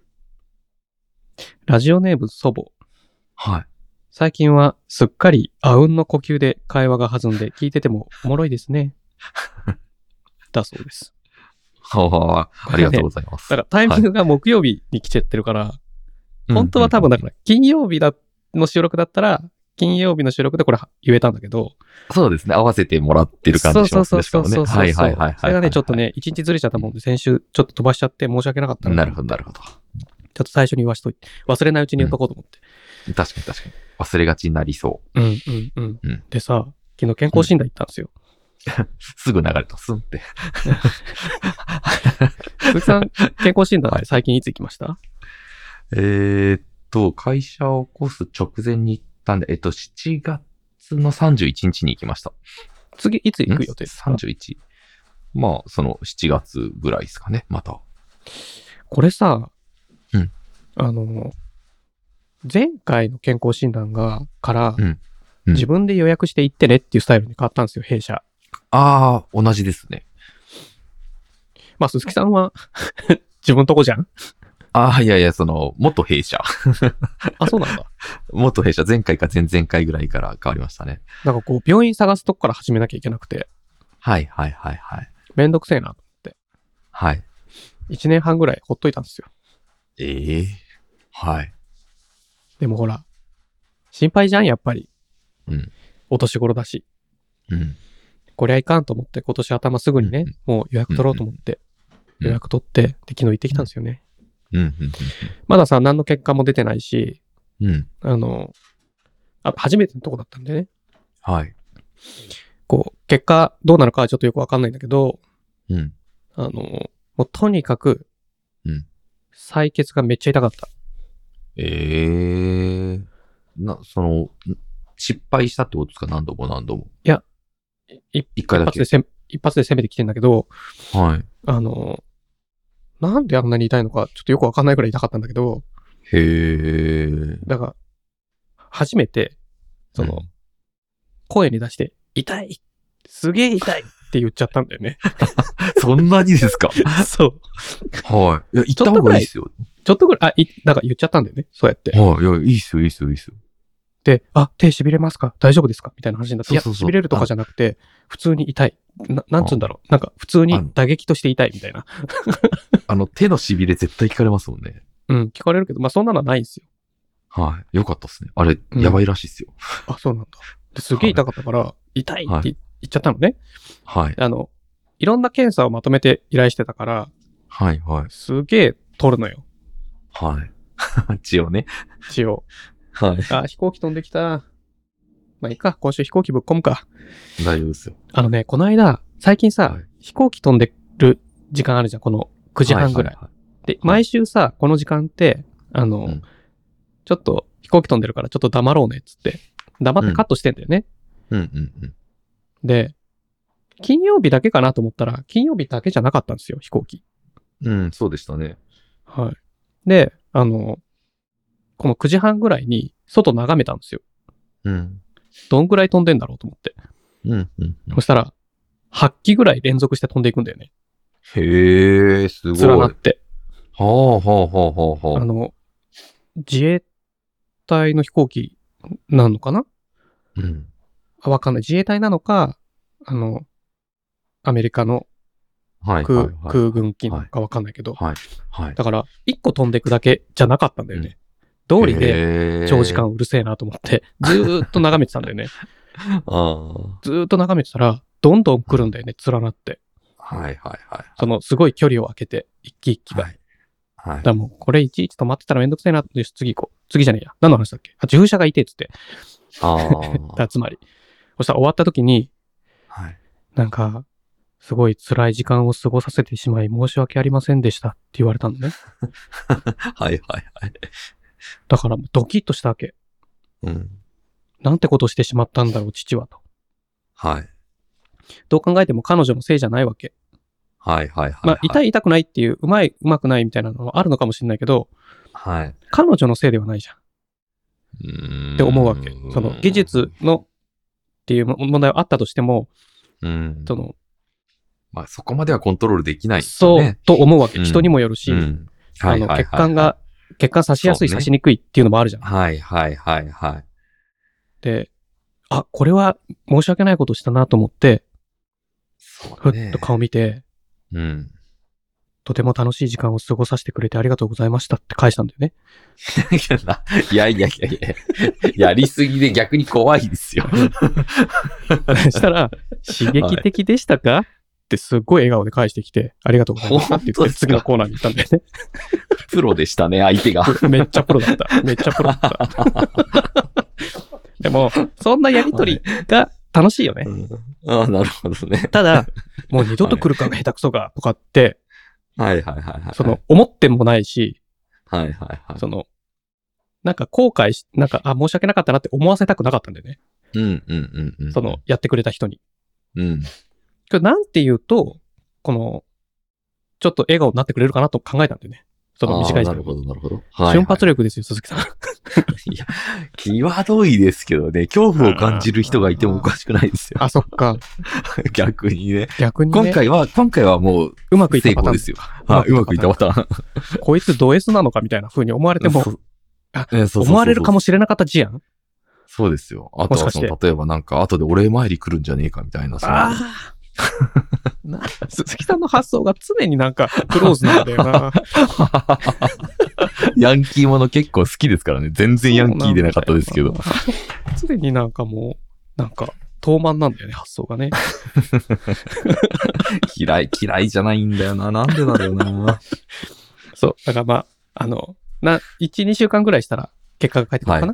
S1: ラジオネーム祖母。
S2: はい。
S1: 最近はすっかりあうんの呼吸で会話が弾んで聞いててもおもろいですね。だそうです。
S2: ははありがとうございます。
S1: だからタイミングが木曜日に来ちゃってるから、
S2: い
S1: 本当は多分
S2: うん
S1: だから金曜日だの収録だったら、金曜日の収録でこれ言えたんだけど、
S2: うんそうですね。合わせてもらってる感じしますね。しかもね。
S1: そうそうそうそう
S2: はいはいはいはい。
S1: それがね、ちょっと。ね、一日ずれちゃったもんで、先週ちょっと飛ばしちゃって申し訳なかった
S2: なるほどなるほど。
S1: ちょっと最初に言わしといて、忘れないうちに言っとこうと思って。
S2: 確かに確かに。忘れがちになりそ
S1: うんうんうん。
S2: うん
S1: でさ、昨日健康診断行ったんですよ。
S2: う。すぐ流れた。スンって。
S1: 鈴木さん、健康診断って最近いつ行きました、
S2: えーっと、会社を起こす直前に行ったんで、えっと、しちがつのさんじゅういちにちに行きました。
S1: 次、いつ行く予定ですか
S2: ?さんじゅういち。まあ、そのしちがつぐらいですかね、また。
S1: これさ、
S2: うん
S1: あの、前回の健康診断が、から、
S2: うんうん
S1: 自分で予約して行ってねっていうスタイルに変わったんですよ、弊社。
S2: ああ、同じですね。
S1: まあ、鈴木さんは、自分とこじゃん
S2: ああ、いやいや、その、元弊社。
S1: あ、そうなんだ。
S2: 元弊社、前回か前々回ぐらいから変わりましたね。
S1: なんかこう、病院探すとこから始めなきゃいけなくて、
S2: はいはいはいはい。
S1: めんどくせえなと思って、
S2: はい。
S1: いちねんはんぐらいほっといたんですよ。
S2: ええはい。
S1: でもほら、心配じゃん、やっぱり。
S2: うん。
S1: お年頃だし。
S2: うん。
S1: こりゃいかんと思って、今年頭すぐにね、
S2: うん
S1: もう予約取ろうと思って、
S2: うん
S1: 予約取って、で、昨日行ってきたんですよね。
S2: うん。うん。
S1: まださ、何の結果も出てないし、
S2: うん。うん。
S1: あの、あ、初めてのとこだったんでね。
S2: はい。
S1: こう、結果どうなるかはちょっとよくわかんないんだけど、
S2: うん。
S1: あの、もうとにかく、
S2: うん。
S1: 採血がめっちゃ痛かった。
S2: ええな、その、ん失敗したってことですか？何度も何度も。
S1: い
S2: 一回だけ
S1: 一発で。せん一発で攻めてきてんだけど、
S2: はい。
S1: あの、なんであんなに痛いのか、ちょっとよくわかんないくらい痛かったんだけど、
S2: へえ。
S1: だから、初めて、その、
S2: うん
S1: 声に出して、痛いすげえ痛いって言っちゃったんだよね。
S2: そんなにですか？
S1: そう。
S2: はい。いや、行った方がいいっすよ。
S1: ちょっとぐらい、あ、い、だから言っちゃったんだよね。そうやって。
S2: はい。いや、いいっすよ、いいっすよ、いいっすよ。
S1: で、あ、手痺れますか大丈夫ですかみたいな話になって、
S2: そうそうそう
S1: いや、痺れるとかじゃなくて、普通に痛い。な、なんつうんだろう。なんか、普通に打撃として痛いみたいな。
S2: あの、手の痺れ絶対聞かれますもんね。
S1: うん、聞かれるけど、まあそんなのはないんですよ。
S2: はい。よかったっすね。あれ、
S1: うん
S2: やばいらしいっすよ。
S1: あ、そうなんだ。ですげえ痛かったから、痛いって
S2: はい
S1: 言っちゃったのね。
S2: はい。
S1: あの、いろんな検査をまとめて依頼してたから、
S2: はい、はい。
S1: すげえ取るのよ。
S2: はい。血をね。
S1: 血を。
S2: はい。
S1: あ、飛行機飛んできた。まあいいか、今週飛行機ぶっ込むか。
S2: 大丈夫ですよ。
S1: あのね、この間、最近さ、
S2: はい
S1: 飛行機飛んでる時間あるじゃん、このくじはんぐらい。
S2: はは
S1: で、毎週さ、この時間って、あの、
S2: うん
S1: ちょっと飛行機飛んでるからちょっと黙ろうねっつって、黙ってカットしてんだよね。
S2: うんうんうん。
S1: で、金曜日だけかなと思ったら、金曜日だけじゃなかったんですよ、飛行機。
S2: うん、そうでしたね。
S1: はい。で、あの、このくじはんぐらいに外眺めたんですよ。
S2: うん。
S1: どんぐらい飛んでんだろうと思って。
S2: うんうんうん。
S1: そしたら、はち機ぐらい連続して飛んでいくんだよね。
S2: へえ、すごい。
S1: 連なって。
S2: はあはあはあはあはあ。
S1: あの、自衛隊の飛行機なのかな
S2: うん。
S1: あわかんない。自衛隊なのか、あの、アメリカの空,、
S2: はいはいはい。
S1: 空軍機なのかわかんないけど。
S2: はい。はい。
S1: だから、いっこ飛んでいくだけじゃなかったんだよね。通りで
S2: で
S1: 長時間うるせえなと思って、ずーっと眺めてたんだよね。
S2: あ
S1: ずーっと眺めてたら、どんどん来るんだよね、連なって。
S2: あ。はいはいはい。
S1: その、すごい距離を空けて、一機一機が。
S2: はい。はい
S1: だからもう、これいちいち止まってたらめんどくせえな。よし、次行こう。次じゃねえや。何の話だっけあ、従者がいて、つって。
S2: あ
S1: だから
S2: あ。
S1: つまり。そしたら終わった時に、
S2: はい。
S1: なんか、すごい辛い時間を過ごさせてしまい申し訳ありませんでしたって言われたのね。
S2: はいはいはい。
S1: だからもうドキッとしたわけ。
S2: うん。
S1: なんてことしてしまったんだろう、父はと。
S2: はい。
S1: どう考えても彼女のせいじゃないわけ。
S2: はいはいはい。
S1: まあ、痛い痛くないっていう、うまい、うまくないみたいなのはあるのかもしれないけど、
S2: はい。
S1: 彼女のせいではないじゃん。
S2: うーん
S1: って思うわけ。その技術のっていう問題はあったとしても、
S2: うん。
S1: その、
S2: まあそこまではコントロールできないです
S1: そう
S2: よね。
S1: と思うわけ。
S2: うん
S1: 人にもよるし、
S2: うん。
S1: あの、
S2: はいはいはい。
S1: 血管が、血管刺しやすい、
S2: そうね
S1: 刺しにくいっていうのもあるじゃん。
S2: はいはいはいはい。
S1: で、あ、これは申し訳ないことしたなと思って、ふ
S2: そうね
S1: っと顔見て、
S2: うん。
S1: とても楽しい時間を過ごさせてくれてありがとうございましたって返したんだよね。
S2: いやいやいやいや、やりすぎで逆に怖いですよ。
S1: そしたら、刺激的でしたか、ってすっごい笑顔で返してきて、ありがとうございましたって言って
S2: 本当ですか
S1: 次のコーナーに行ったんだよね。
S2: プロでしたね、相手が。
S1: めっちゃプロだった。めっちゃプロだった。でも、そんなやりとりが楽しいよね。
S2: うんああ、なるほどね。
S1: ただ、もう二度と来るかが下手くそが、とかって、
S2: はいはいはいはい。
S1: その、思ってもないし、
S2: はいはいはい。
S1: その、なんか後悔し、なんか、あ、申し訳なかったなって思わせたくなかったんだよね。
S2: うんうんうんうん。
S1: その、やってくれた人に。
S2: うん。
S1: これなんて言うと、この、ちょっと笑顔になってくれるかなと考えたんだよね。 その短い時間。
S2: なるほど、なるほど。はい、はい。
S1: 瞬発力ですよ、鈴木さん。
S2: いや、際どいですけどね、恐怖を感じる人がいてもおかしくないですよ。
S1: あ、そっか。
S2: 逆にね。
S1: 逆にね。
S2: 今回は、今回はもう、
S1: うまくいったパターン
S2: ですよ。はい、うまくいったパターン。
S1: こいつド S なのかみたいな風に思われても、あ、
S2: ね、そうそうそうそう
S1: 思われるかもしれなかった事案。
S2: そうですよ。あとはその、例えばなんか、後でお礼参り来るんじゃねえかみたいなさ。
S1: ああ。鈴木さんの発想が常になんかクローズなんだよな。
S2: ヤンキーもの結構好きですからね。全然ヤンキーでなかったですけど。
S1: 常になんかもう、なんか、遠慢なんだよね、発想がね。
S2: 嫌い、嫌いじゃないんだよな。なんでだろうな。
S1: そう。だからまあ、あの、な、いち、にしゅうかんぐらいしたら結果が返ってくるかな、
S2: はい、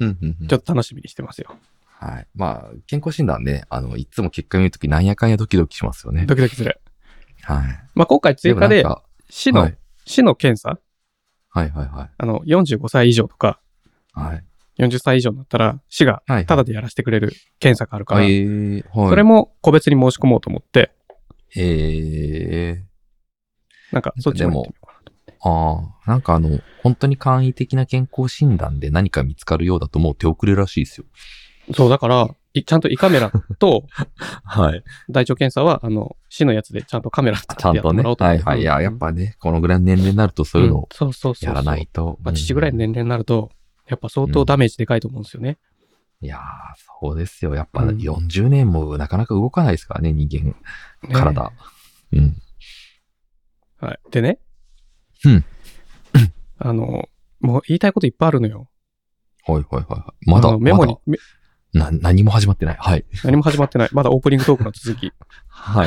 S2: うんうんうん、
S1: ちょっと楽しみにしてますよ。
S2: はい。まあ、健康診断ね、あの、いつも結果見るときなんやかんやドキドキしますよね。
S1: ドキドキする。
S2: はい。
S1: まあ今回追加で、死の、
S2: はい、
S1: 死の検査
S2: はいはいはい。
S1: あの、よんじゅうごさい以上とか、
S2: はい。
S1: よんじゅっさい以上になったら、市がタダでやらせてくれる検査があるから、
S2: はいはいはい、
S1: それも個別に申し込もうと思って、
S2: へえ。
S1: なんか、そっちもやってみようかなと思って。
S2: ああ、なんかあの、本当に簡易的な健康診断で何か見つかるようだともう手遅れらしいですよ。
S1: そう、だから、ちゃんと胃カメラと、
S2: はい。
S1: 大腸検査は、あの、市のやつでちゃんとカメラ使ってやってもらおうと
S2: 思って。ちゃんとね。はい
S1: 思
S2: はい。いや、やっぱね、このぐらいの年齢になるとそういうのをやらないと。
S1: まあ、父ぐらいの年齢になると、やっぱ相当ダメージでかいと思うんですよね。
S2: うん、いやー、そうですよ。やっぱよんじゅうねんもなかなか動かないですからね、人間。体。ね、うん。
S1: はい。でね。
S2: うん。
S1: あの、もう言いたいこといっぱいあるのよ。
S2: はいはいはい。まだ、
S1: メモに、
S2: な、何も始まってない。はい。
S1: 何も始まってない。まだオープニングトークの続き。
S2: はい、はい。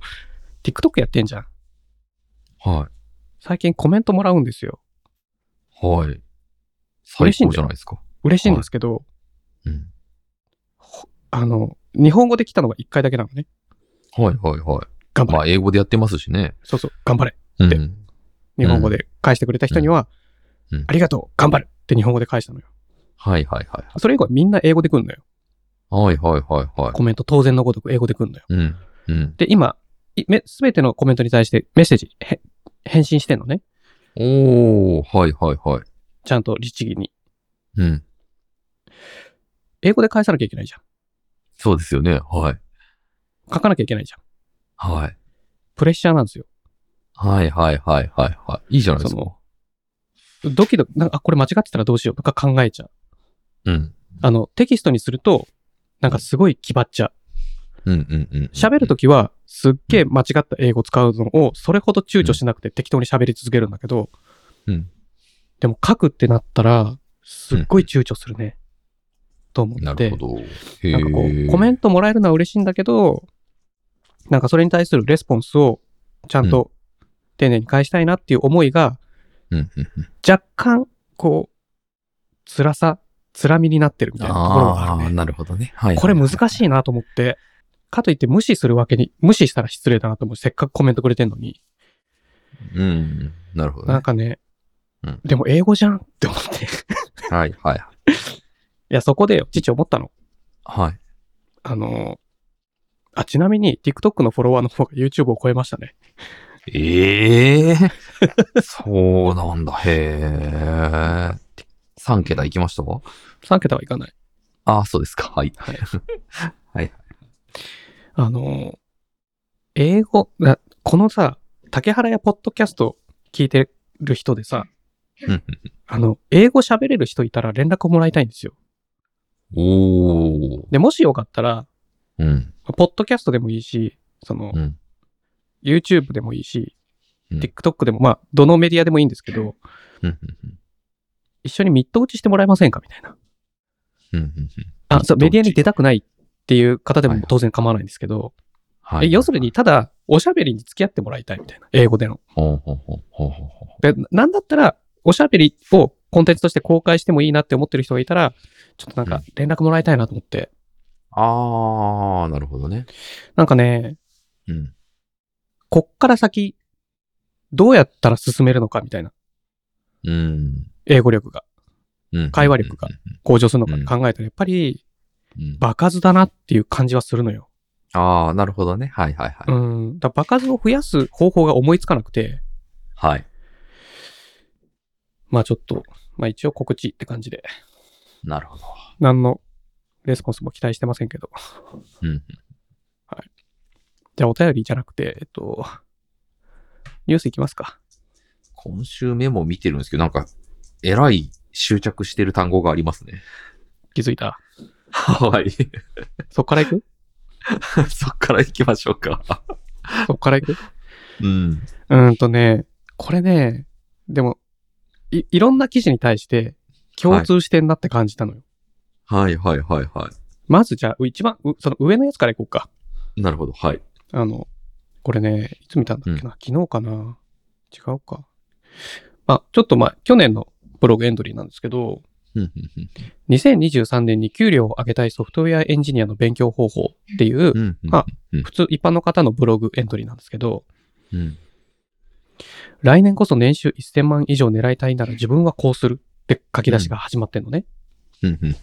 S1: TikTok やってんじゃん。
S2: はい。
S1: 最近コメントもらうんですよ。
S2: はい。最高じゃないですか。
S1: 嬉しいんですけど、
S2: はい、うん。
S1: あの、日本語で来たのがいっかいだけなのね。
S2: はいはいはい。
S1: 頑張れ。
S2: まあ英語でやってますしね。
S1: そうそう、頑張れって。うん、日本語で返してくれた人には、うんうん、ありがとう、頑張るって日本語で返したのよ。はいはいはい。それ以降はみんな英語で来んのよ。
S2: はいはいはいはい。
S1: コメント当然のごとく英語で来んのよ。
S2: うんうん、
S1: で、今、すべてのコメントに対してメッセージ返信してんのね。
S2: おー、はいはいはい。
S1: ちゃんと律儀に。
S2: うん。
S1: 英語で返さなきゃいけないじゃん。
S2: そうですよね。はい。
S1: 書かなきゃいけないじ
S2: ゃん。はい。
S1: プレッシャーなんですよ。
S2: はいはいはいはいはい。いいじゃないですか。そ
S1: のドキドキ、なんか、あ、これ間違ってたらどうしようとか考えちゃう。
S2: うん。
S1: あの、テキストにすると、なんかすごい気張っちゃ
S2: う。うんうんうん。
S1: 喋るときは、すっげえ間違った英語使うのを、それほど躊躇しなくて適当に喋り続けるんだけど、
S2: うん。
S1: でも書くってなったら、すっごい躊躇するね。うん、と思って。
S2: なるほど。へ
S1: なんかこう、コメントもらえるのは嬉しいんだけど、なんかそれに対するレスポンスを、ちゃんと丁寧に返したいなっていう思いが、
S2: うん、
S1: 若干、こう、辛さ、辛みになってるみたいなところがあるね。
S2: ああ、なるほどね。はい。
S1: これ難しいなと思って、かといって無視するわけに、無視したら失礼だなと思う。せっかくコメントくれてんのに。
S2: うん、なるほど、ね。
S1: なんかね、
S2: うん、
S1: でも英語じゃんって思って。
S2: はい、はい。い
S1: や、そこでよ、父思ったの。
S2: はい。
S1: あの、あ、ちなみに TikTok のフォロワーの方が YouTube を超えましたね。
S2: ええー、そうなんだ。へえ。さん桁いきましたか？
S1: さん 桁はいかない。
S2: ああ、そうですか。はい。
S1: はい。
S2: はい。
S1: あの、英語、このさ、竹原やポッドキャスト聞いてる人でさ、あの、英語喋れる人いたら連絡をもらいたいんですよ。
S2: おー。
S1: で、もしよかったら、
S2: うん。
S1: ポッドキャストでもいいし、その、うん、YouTube でもいいし、うん、TikTok でも、まあ、どのメディアでもいいんですけど、一緒にミット打ちしてもらえませんかみたいな。あ、そう、メディアに出たくないっていう方でも当然構わないんですけど、はい、要するに、ただ、おしゃべりに付き合ってもらいたいみたいな。英語での。で、なんだったら、おしゃべりをコンテンツとして公開してもいいなって思ってる人がいたら、ちょっとなんか連絡もらいたいなと思って。
S2: うん、あー、なるほどね。
S1: なんかね、
S2: うん、
S1: こっから先、どうやったら進めるのかみたいな。
S2: うん、
S1: 英語力が、
S2: うん、
S1: 会話力が向上するのか考えたら、やっぱり、場数だなっていう感じはするのよ。
S2: ああ、なるほどね。はいはいはい。
S1: うん。だ場数を増やす方法が思いつかなくて。
S2: はい。
S1: まあちょっと、まあ一応告知って感じで、
S2: なるほど。
S1: 何のレスポンスも期待してませんけど。
S2: うん。
S1: はい。じゃあお便りじゃなくて、えっと、ニュースいきますか。
S2: 今週メモ見てるんですけど、なんか、えらい執着してる単語がありますね。
S1: 気づいた。
S2: はい。
S1: そっから行く
S2: そっから行きましょうか。
S1: そっから行く
S2: うん。
S1: うーんとね、これね、でも、い、いろんな記事に対して共通してんなって感じたのよ。
S2: はいはいはいは
S1: まずじゃあ、一番、うその上のやつから行こうか。
S2: い。なるほど。はい。
S1: あの、これね、いつ見たんだっけな、昨日かな違うか。まあ、ちょっとまあ、去年のブログエントリーなんですけど、
S2: うんうんうん
S1: にせんにじゅうさんねんに給料を上げたいソフトウェアエンジニアの勉強方法っていう、
S2: うんうん
S1: まあ
S2: うん
S1: 普通一般の方のブログエントリーなんですけど、
S2: うん
S1: 来年こそ年収せんまん以上狙いたいなら自分はこうするって書き出しが始まってんのね。
S2: うんうん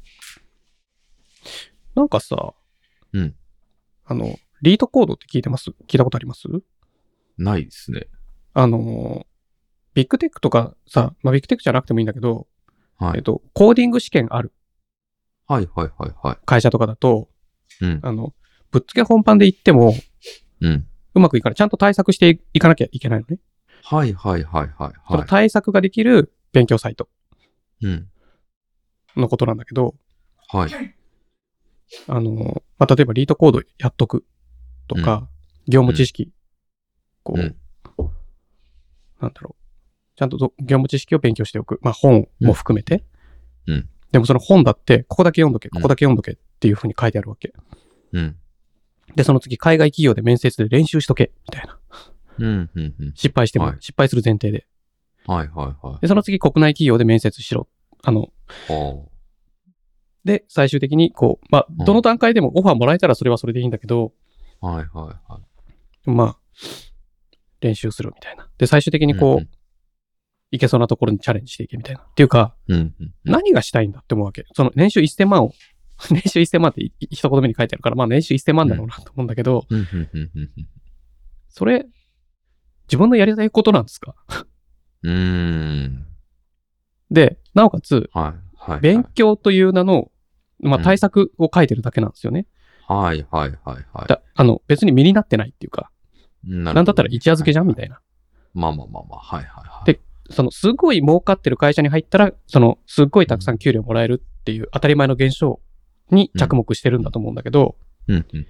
S1: なんかさ、
S2: うん
S1: あの、リートコードって聞いてます聞いたことあります？
S2: ないですね。
S1: あの、ビッグテックとかさ、まあビッグテックじゃなくてもいいんだけど、
S2: はい。
S1: えっと、コーディング試験ある
S2: はいはいはいはい。
S1: 会社とかだと、
S2: うん。
S1: あの、ぶっつけ本番で行っても、
S2: うん。
S1: うまくいかない。ちゃんと対策していかなきゃいけないのね。
S2: はいはいはいはい
S1: その
S2: はい。
S1: 対策ができる勉強サイト
S2: うん。
S1: のことなんだけど、
S2: はい。
S1: あの、まあ、例えばリートコードやっとくとか、業務知識、こう、
S2: うん
S1: なんだろう。ちゃんとど業務知識を勉強しておく。まあ、本も含めて。
S2: うんうん
S1: でもその本だって、ここだけ読んどけ、ここだけ読んどけっていう風に書いてあるわけ。
S2: うん。
S1: で、その次、海外企業で面接で練習しとけ、みたいな。
S2: うんうんうん。
S1: 失敗しても、
S2: はい
S1: 失敗する前提で。
S2: はいはいはい。
S1: で、その次、国内企業で面接しろ。あの、
S2: は
S1: で、最終的に、こう、まあ、
S2: うん
S1: どの段階でもオファーもらえたらそれはそれでいいんだけど、
S2: あ。はいはいはい。
S1: まあ、練習するみたいな。で、最終的にこう、
S2: うんうん
S1: いけそうなところにチャレンジしていけみたいな。っていうか、
S2: うんうんうん。
S1: 何がしたいんだって思うわけ。その年収せんまんを、年収せんまんってい一言目に書いてあるから、まあ年収せんまんだろうなと思うんだけど、
S2: うんうんうんうん
S1: それ、自分のやりたいことなんですか？
S2: うん。うーん。
S1: で、なおかつ、
S2: はいはい。
S1: 勉強という名の、まあ
S2: うん
S1: 対策を書いてるだけなんですよね。
S2: はいはいはいはい。
S1: だあの、別に身になってないっていうか、
S2: な
S1: なんだったら一夜漬けじゃんみたいな。
S2: まあまあまあまあ、はいはいはい。
S1: でその、すごい儲かってる会社に入ったら、その、すっごいたくさん給料もらえるっていう当たり前の現象に着目してるんだと思うんだけど、
S2: うんうん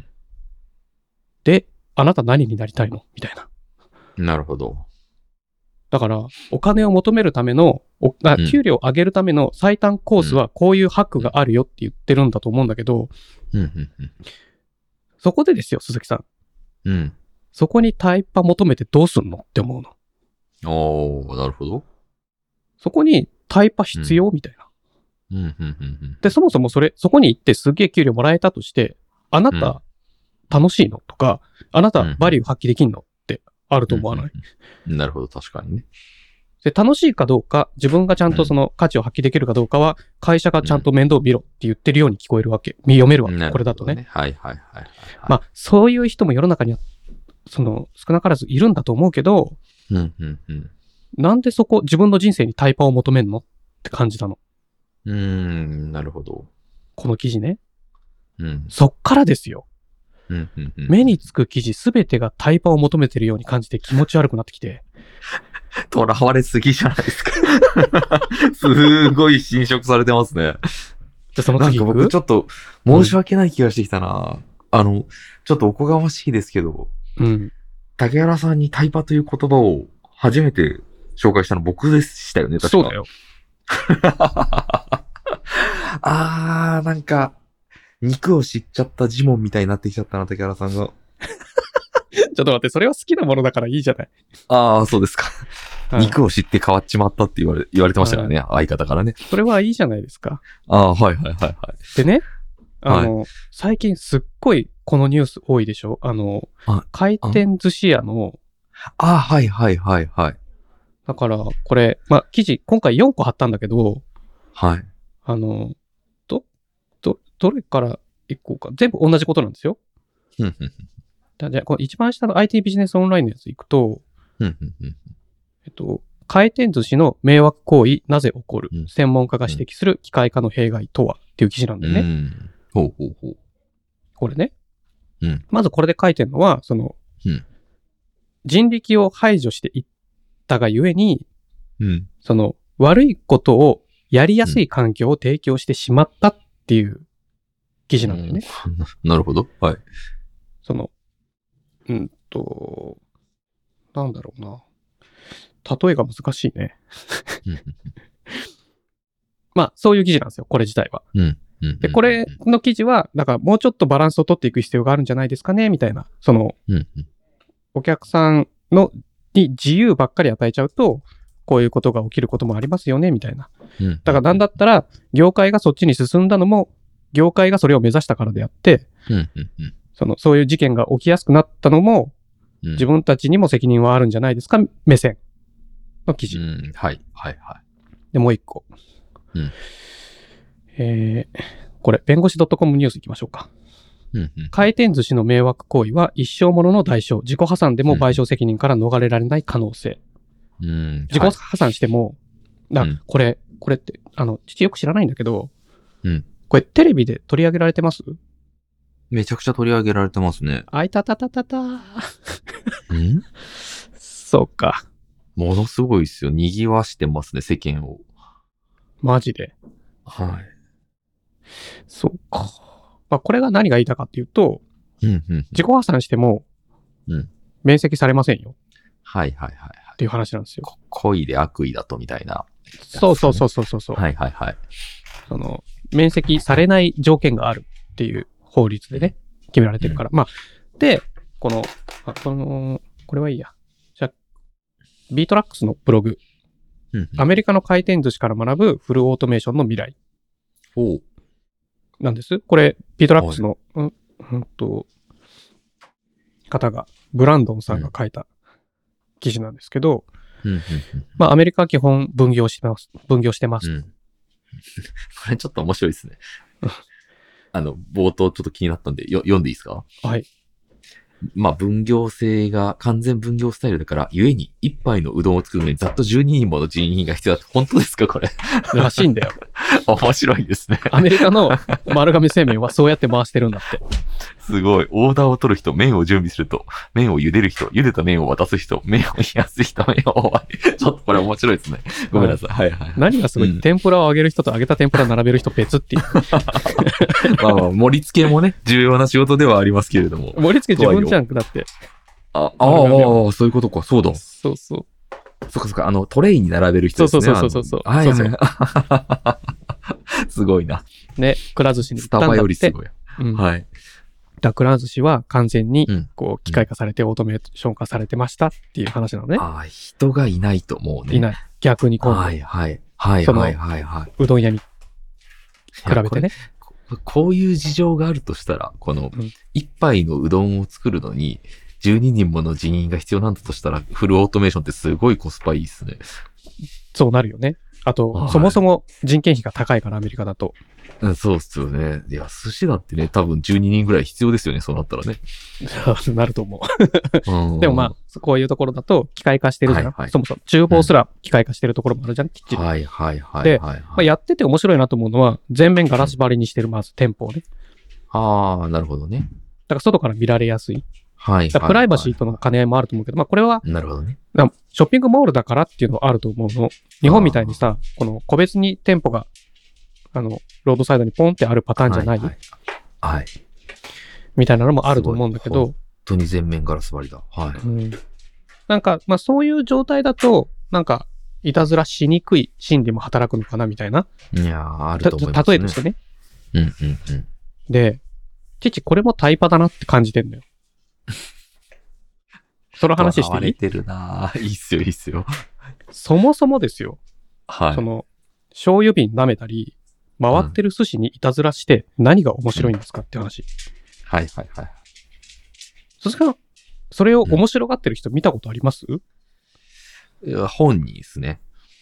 S1: で、あなた何になりたいのみたいな。
S2: うん。なるほど。
S1: だから、お金を求めるための、おあ
S2: うん
S1: 給料を上げるための最短コースはこういうハックがあるよって言ってるんだと思うんだけど、
S2: うんうん
S1: そこでですよ、鈴木さん。
S2: うん。うん。
S1: そこにタイパ求めてどうすんのって思うの。
S2: おー、なるほど。
S1: そこにタイパ必要みたいな。
S2: うんうんうんうん。
S1: で、そもそもそれ、そこに行ってすげえ給料もらえたとして、あな
S2: うん
S1: た楽しいのとか、あなた
S2: うん
S1: バリュー発揮できんのってあると思わない？
S2: うんうんうんなるほど、確かにね。
S1: で、楽しいかどうか、自分がちゃんとその価値を発揮できるかどうかは、会社がちゃんと面倒見ろって言ってるように聞こえるわけ。読めるわけ。
S2: なるほど
S1: これだとね。。
S2: はいはいはいはいはい。
S1: まあ、そういう人も世の中には、その、少なからずいるんだと思うけど、
S2: うんうんうん。
S1: なんでそこ、自分の人生にタイパを求めんのって感じたの。
S2: うーん、なるほど。
S1: この記事ね。
S2: うん。
S1: そっからですよ。
S2: うんうんうん。
S1: 目につく記事すべてがタイパを求めてるように感じて気持ち悪くなってきて。
S2: 囚われすぎじゃないですか。すごい侵食されてますね。
S1: で、その
S2: なんか
S1: 次行く
S2: 僕ちょっと申し訳ない気がしてきたな。あの、ちょっとおこがましいですけど、
S1: うん。
S2: 竹原さんにタイパという言葉を初めて紹介したの僕でしたよね、確か。
S1: そうだよ。
S2: あー、なんか、肉を知っちゃったジモンみたいになってきちゃったな、竹原さんが。
S1: ちょっと待って、それは好きなものだからいいじゃない。
S2: あー、そうですか。
S1: はい
S2: 肉を知って変わっちまったって言われ、言われてましたからね、相方からね。
S1: それはいいじゃないですか。
S2: あー、はいはいはいはい。
S1: でね、あの、最近すっごいこのニュース多いでしょ？あの、
S2: あ
S1: 回転寿司屋の、
S2: あー、はいはいはいはい。
S1: だから、これ、まあ、記事、今回よんこ貼ったんだけど、
S2: はい。
S1: あの、ど、ど、どれからいこうか。全部同じことなんですよ。
S2: ふんふん
S1: じゃあ、この一番下の アイティー ビジネスオンラインのやつ行くと、
S2: ふんふんふん
S1: えっと、 回転寿司の迷惑行為なぜ起こる、
S2: うん
S1: 専門家が指摘する機械化の弊害とはっていう記事なんだよね。
S2: うん。ほうほうほう。
S1: これね。
S2: うん。
S1: まずこれで書いてるのは、その、
S2: うん。
S1: 人力を排除していったがゆえに、
S2: うん。
S1: その悪いことをやりやすい環境を提供してしまったっていう記事なんだよね。
S2: うんななるほど。はい。
S1: その、うんと、なんだろうな。例えが難しいね。
S2: うん
S1: まあ、そういう記事なんですよ、これ自体は。
S2: うんうん
S1: で、これの記事は、だからもうちょっとバランスを取っていく必要があるんじゃないですかね、みたいな。その、
S2: うんうん
S1: お客さんのに自由ばっかり与えちゃうと、こういうことが起きることもありますよね、みたいな。
S2: うん
S1: だからなんだったら、業界がそっちに進んだのも、業界がそれを目指したからであって、
S2: うんうんうん
S1: その、そういう事件が起きやすくなったのも、
S2: うん
S1: 自分たちにも責任はあるんじゃないですか、目線の記事。
S2: うんはいはいはい。
S1: で、もう一個。
S2: うん
S1: えー、これ、弁護士 .com ニュース行きましょうか。
S2: うんうん
S1: 回転寿司の迷惑行為は一生ものの代償、自己破産でも賠償責任から逃れられない可能性。
S2: うん
S1: 自己破産しても、だ
S2: うん
S1: これ、これって、あの、父よく知らないんだけど、
S2: うん
S1: これテレビで取り上げられてます？
S2: めちゃくちゃ取り上げられてますね。
S1: あいたたたたた。
S2: ん
S1: そうか。
S2: ものすごいですよ。賑わしてますね、世間を。
S1: マジで。
S2: はい。
S1: そうか。まあ、これが何が言いたかっていうと、
S2: うんうん
S1: 自己破産しても、
S2: うん
S1: 免責されませんよ
S2: はいはいはいはい。
S1: っていう話なんですよ。
S2: こ恋で悪意だとみたいな。
S1: そうそうそうそうそうそう。
S2: はいはいはい。
S1: その、免責されない条件があるっていう法律でね、決められてるから。まあ、で、この、あこの、これはいいや。じゃあ、ビートラックスのブログ、
S2: うんうん
S1: アメリカの回転寿司から学ぶフルオートメーションの未来
S2: おう
S1: なんです。これ、ビートラックスの、うん、うんと、方が、ブランドンさんが書いた記事なんですけど、
S2: うんうんうん
S1: まあ、アメリカは基本分業してます。分業してます。
S2: うんこれちょっと面白いですね。あの、冒頭ちょっと気になったんで、よ読んでいいですか？
S1: はい。
S2: まあ、分業制が完全分業スタイルだから、ゆえに一杯のうどんを作るのにざっとじゅうににんもの人員が必要だって、本当ですかこれ。
S1: らしいんだよ。
S2: 面白いですね。
S1: アメリカの丸亀製麺はそうやって回してるんだって。
S2: すごい。オーダーを取る人、麺を準備すると、麺を茹でる人、茹でた麺を渡す人、麺を冷やす人、麺を終わり。ちょっとこれ面白いですね。ごめんなさい。はいはい。
S1: 何がすごい、
S2: うん
S1: 天ぷらを揚げる人と揚げた天ぷら並べる人別っていう。
S2: まあまあ、盛り付けもね、重要な仕事ではありますけれども。
S1: 盛り付け自分じゃん、だって。
S2: あ、ああ、そういうことか。そうだ。そ
S1: そうそう。
S2: っかそっか。あの、トレイに並べる人ですね。
S1: そうそうそうそうそう
S2: あのはいはい
S1: そう
S2: はい。すごいな。
S1: ね、くら寿司に行ったんだって。
S2: スタバよりすごい。
S1: うん。
S2: はい。
S1: だくら寿司は完全に
S2: うん、
S1: こう、機械化されてオートメーション化されてましたっていう話なのね。
S2: ああ、人がいないともうね。
S1: いない。逆に今度、
S2: はいはい。はい
S1: その
S2: はいはいはい。
S1: うどん屋に比べてね。
S2: ここういう事情があるとしたら、この
S1: うん
S2: 一杯のうどんを作るのに、じゅうににんもの人員が必要なんだとしたら、フルオートメーションってすごいコスパいいですね。
S1: そうなるよね。あと、
S2: はい
S1: そもそも人件費が高いから、アメリカだと。
S2: うんそうっすよね。いや、寿司だってね、多分じゅうににんぐらい必要ですよね、そうなったらね。
S1: なると思
S2: うん
S1: う。でもまあ、こういうところだと機械化してるじゃん。
S2: はいはい
S1: そもそも厨房すら機械化してるところもあるじゃん、きっちり。
S2: はいはいはい
S1: で
S2: はい、はい。
S1: まあ、やってて面白いなと思うのは、全面ガラス張りにしてる、まず店舗をね。
S2: ああ、なるほどね。
S1: だから外から見られやすい。
S2: はい
S1: だからプライバシーとの兼ね合いもあると思うけど、まあこれは、
S2: なるほどね。
S1: なショッピングモールだからっていうのはあると思うの。日本みたいにさ、この個別に店舗が、あの、ロードサイドにポンってあるパターンじゃない、
S2: はい、はい。はい。
S1: みたいなのもあると思うんだけど、
S2: 本当に全面ガラス張りだ。はい。
S1: うん、なんか、まあそういう状態だと、なんか、いたずらしにくい心理も働くのかなみたいな。
S2: いやー、ある
S1: た
S2: と思います、ね。
S1: 例えとしてね。
S2: うんうんうん。
S1: で、父これもタイパだなって感じてんだよ。その話していい？
S2: 笑われてるなぁ。いいっすよ、いいっすよ。
S1: そもそもですよ。
S2: はい。
S1: その、醤油瓶舐めたり、回ってる寿司にいたずらして何が面白いんですかって話。
S2: はいはいはい。
S1: それから、それを面白がってる人見たことあります？
S2: いや本人ですね。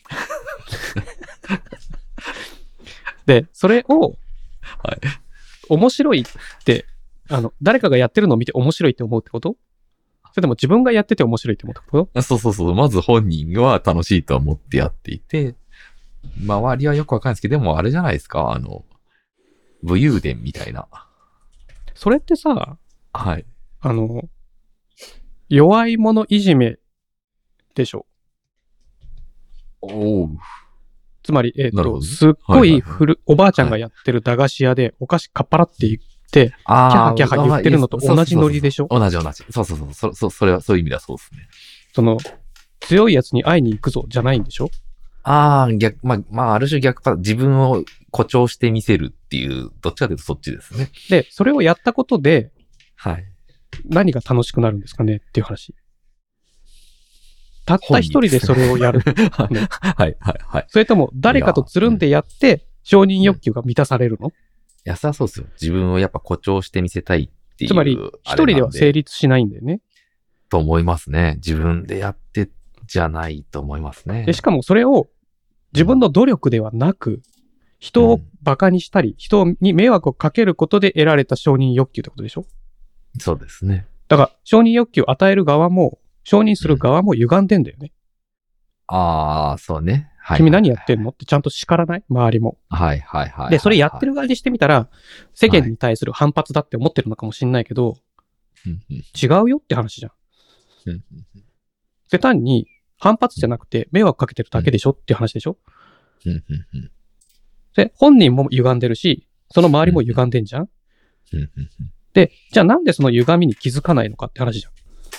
S1: で、それを、
S2: はい。
S1: 面白いって、あの、誰かがやってるのを見て面白いって思うってこと？ それとも自分がやってて面白いって思ったこと？
S2: そうそうそう。まず本人は楽しいと思ってやっていて、周りはよくわかんないですけど、でもあれじゃないですか、あの、武勇伝みたいな。
S1: それってさ、
S2: はい。
S1: あの、弱い者いじめでしょ。
S2: おう。
S1: つまり、えっ、と、
S2: なるほどね
S1: すっごい古、おばあちゃんがやってる駄菓子屋でお菓子かっぱらっていって、キャハキャハ言ってるのと同じノリでしょ？
S2: 同じ同じ。そうそうそう。そ、そ、それは、そういう意味だそうですね。
S1: その、強いやつに会いに行くぞじゃないんでしょ？
S2: ああ、逆、まあ、まあ、ある種逆パ、自分を誇張してみせるっていう、どっちかというとそっちですね。
S1: で、それをやったことで、
S2: はい。
S1: 何が楽しくなるんですかねっていう話。たった一人でそれをやる、ね。
S2: はい、はい、はい。
S1: それとも、誰かとつるんでやって、承認欲求が満たされるの？
S2: いや、さ、そうですよ。自分をやっぱ誇張してみせたいっていう。
S1: つまり、一人では成立しないんだよね。
S2: と思いますね。自分でやってじゃないと思いますね。
S1: で、しかもそれを自分の努力ではなく、人をバカにしたり、人に迷惑をかけることで得られた承認欲求ってことでしょ？
S2: そうですね。
S1: だから、承認欲求を与える側も、承認する側も歪んでんだよね。
S2: うん、ああ、そうね。はい。
S1: 君何やってんのってちゃんと叱らない？周りも。
S2: はいはいはい。
S1: で、それやってる側にしてみたら、世間に対する反発だって思ってるのかもしれないけど、違うよって話じゃん。それ単に反発じゃなくて迷惑かけてるだけでしょっていう話でしょ？で、本人も歪んでるし、その周りも歪んでんじゃん？で、じゃあなんでその歪みに気づかないのかって話じゃん。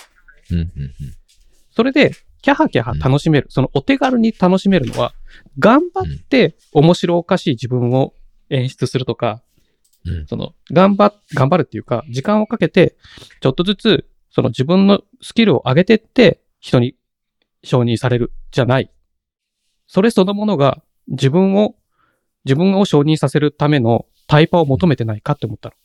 S1: それで、キャハキャハ楽しめる、そのお手軽に楽しめるのは、頑張って面白おかしい自分を演出するとか、その、頑張、頑張るっていうか、時間をかけて、ちょっとずつ、その自分のスキルを上げてって、人に承認される、じゃない。それそのものが、自分を、自分を承認させるためのタイパを求めてないかって思ったの。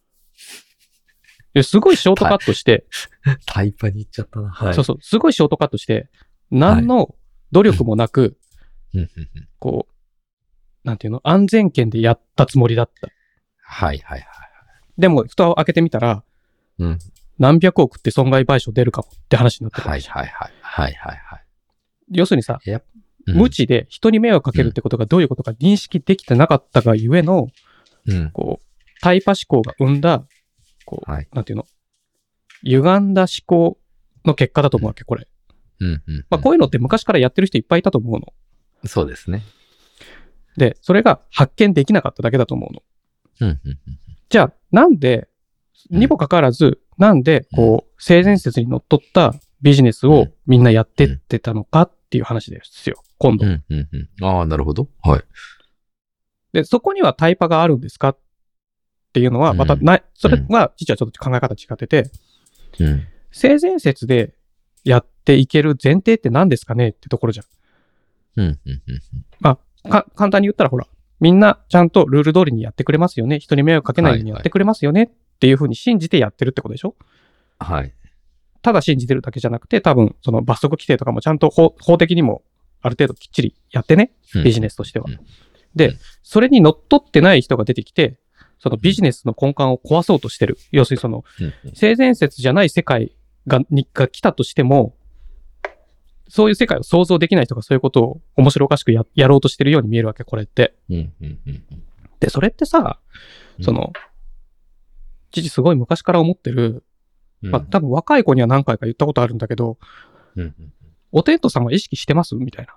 S1: すごいショートカットして、
S2: タイパに行っちゃったな。はい。
S1: そうそう、すごいショートカットして、何の努力もなく、こう、なんていうの、安全圏でやったつもりだった。
S2: はいはいはい。
S1: でも、蓋を開けてみたら、うん、何百億って損害賠償出るかもって話になってる。
S2: はいはいはい。はいはいはい。
S1: 要するにさ、うん、無知で人に迷惑かけるってことがどういうことか認識できてなかったがゆえの、うん、こう、タイパ思考が生んだ、こう、はい、なんていうの、歪んだ思考の結果だと思うわけ、これ。
S2: うんうんうん、
S1: まあ、こういうのって昔からやってる人いっぱいいたと思うの。
S2: そうですね。
S1: で、それが発見できなかっただけだと思うの。
S2: うんうんうん、
S1: じゃあ、なんで、にもかかわらず、うん、なんで、こう、性善説にのっとったビジネスをみんなやってってたのかっていう話ですよ、今度。
S2: うんうんうん、ああ、なるほど。はい。
S1: で、そこにはタイパがあるんですかっていうのは、またない、うん、それは実はちょっと考え方違ってて、うん、性善説でやっていける前提って何ですかねってところじゃん。
S2: うんうんうん、
S1: まあ、か、簡単に言ったらほら、みんなちゃんとルール通りにやってくれますよね。人に迷惑かけないようにやってくれますよね。っていうふうに信じてやってるってことでしょ？
S2: はい。
S1: ただ信じてるだけじゃなくて、多分その罰則規定とかもちゃんと 法, 法的にもある程度きっちりやってね。ビジネスとしては。うん、で、それにのっとってない人が出てきて、そのビジネスの根幹を壊そうとしてる。要するにその、性善説じゃない世界が、に、が来たとしても、そういう世界を想像できない人がそういうことを面白おかしく や, やろうとしてるように見えるわけ、これって。で、それってさ、その、父すごい昔から思ってる、まあ多分若い子には何回か言ったことあるんだけど、お天道様意識してますみたい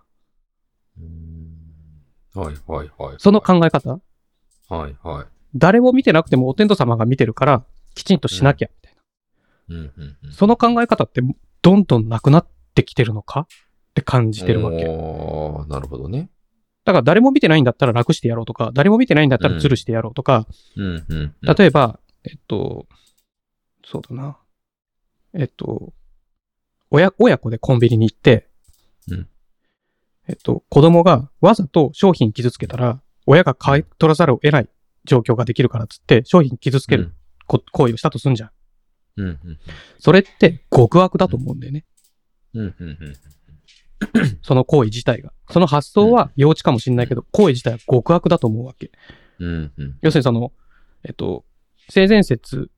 S2: な。はいはいはい。
S1: その考え方？
S2: はいはい。
S1: 誰も見てなくてもお天道様が見てるから、きちんとしなきゃ、みたいな、うんうんうん。その考え方ってどんどんなくなってきてるのかって感じてるわけ。
S2: ああ、なるほどね。
S1: だから誰も見てないんだったら楽してやろうとか、誰も見てないんだったらズルしてやろうとか、うんうんうん、例えば、えっと、そうだな。えっと、親、親子でコンビニに行って、うん、えっと、子供がわざと商品傷つけたら、親が買い取らざるを得ない状況ができるからっつって、商品傷つける行為をしたとすんじゃん。うんうん、それって極悪だと思うんだよね。うんうんうん、その行為自体が。その発想は幼稚かもしれないけど、行為自体は極悪だと思うわけ。うんうん、要するにその、えっと、性善説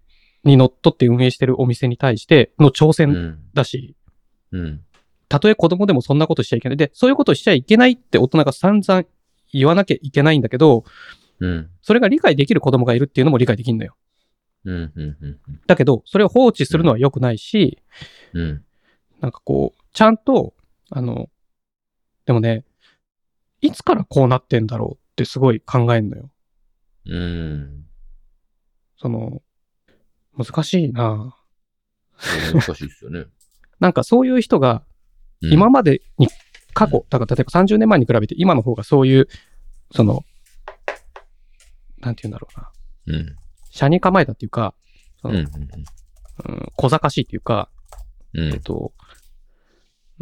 S1: にのっとって運営してるお店に対しての挑戦だし、
S2: うん。
S1: たとえ子供でもそんなことしちゃいけない。で、そういうことしちゃいけないって大人が散々言わなきゃいけないんだけど、
S2: うん。
S1: それが理解できる子供がいるっていうのも理解できるんだよ。
S2: うん。うん。うん。
S1: だけど、それを放置するのは良くないし、
S2: うん。
S1: なんかこう、ちゃんと、あの、でもね、いつからこうなってんだろうってすごい考えんのよ。
S2: うん。
S1: その、難しいな
S2: 難しいですよね。
S1: なんかそういう人が、今までに、過去、だから例えばさんじゅうねんまえに比べて今の方がそういう、その、なんて言うんだろうな。
S2: うん。
S1: 車に構えたっていうか、その、
S2: うん。
S1: うん、小賢しいっていうか、
S2: うん。
S1: えっと、うん、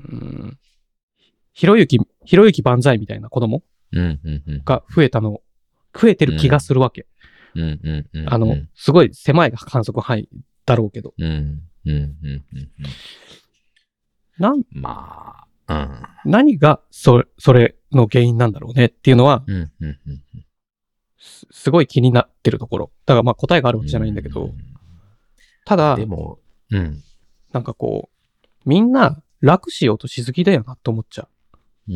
S1: ひろゆき、ひろゆき万歳みたいな子供
S2: うん。うん。
S1: が増えたの、増えてる気がするわけ。
S2: うん。うん。うん。
S1: あの、すごい狭い観測範囲だろうけど。
S2: うん。うん。うん。うん。
S1: なん、
S2: まあ、うん。
S1: 何がそ、それの原因なんだろうねっていうのは、
S2: うん。うん。うん。
S1: す、すごい気になってるところ。だからまあ答えがあるわけじゃないんだけど、ただ、
S2: でも、うん。
S1: なんかこう、みんな楽しようとしすぎだよなって思っちゃう。
S2: うん。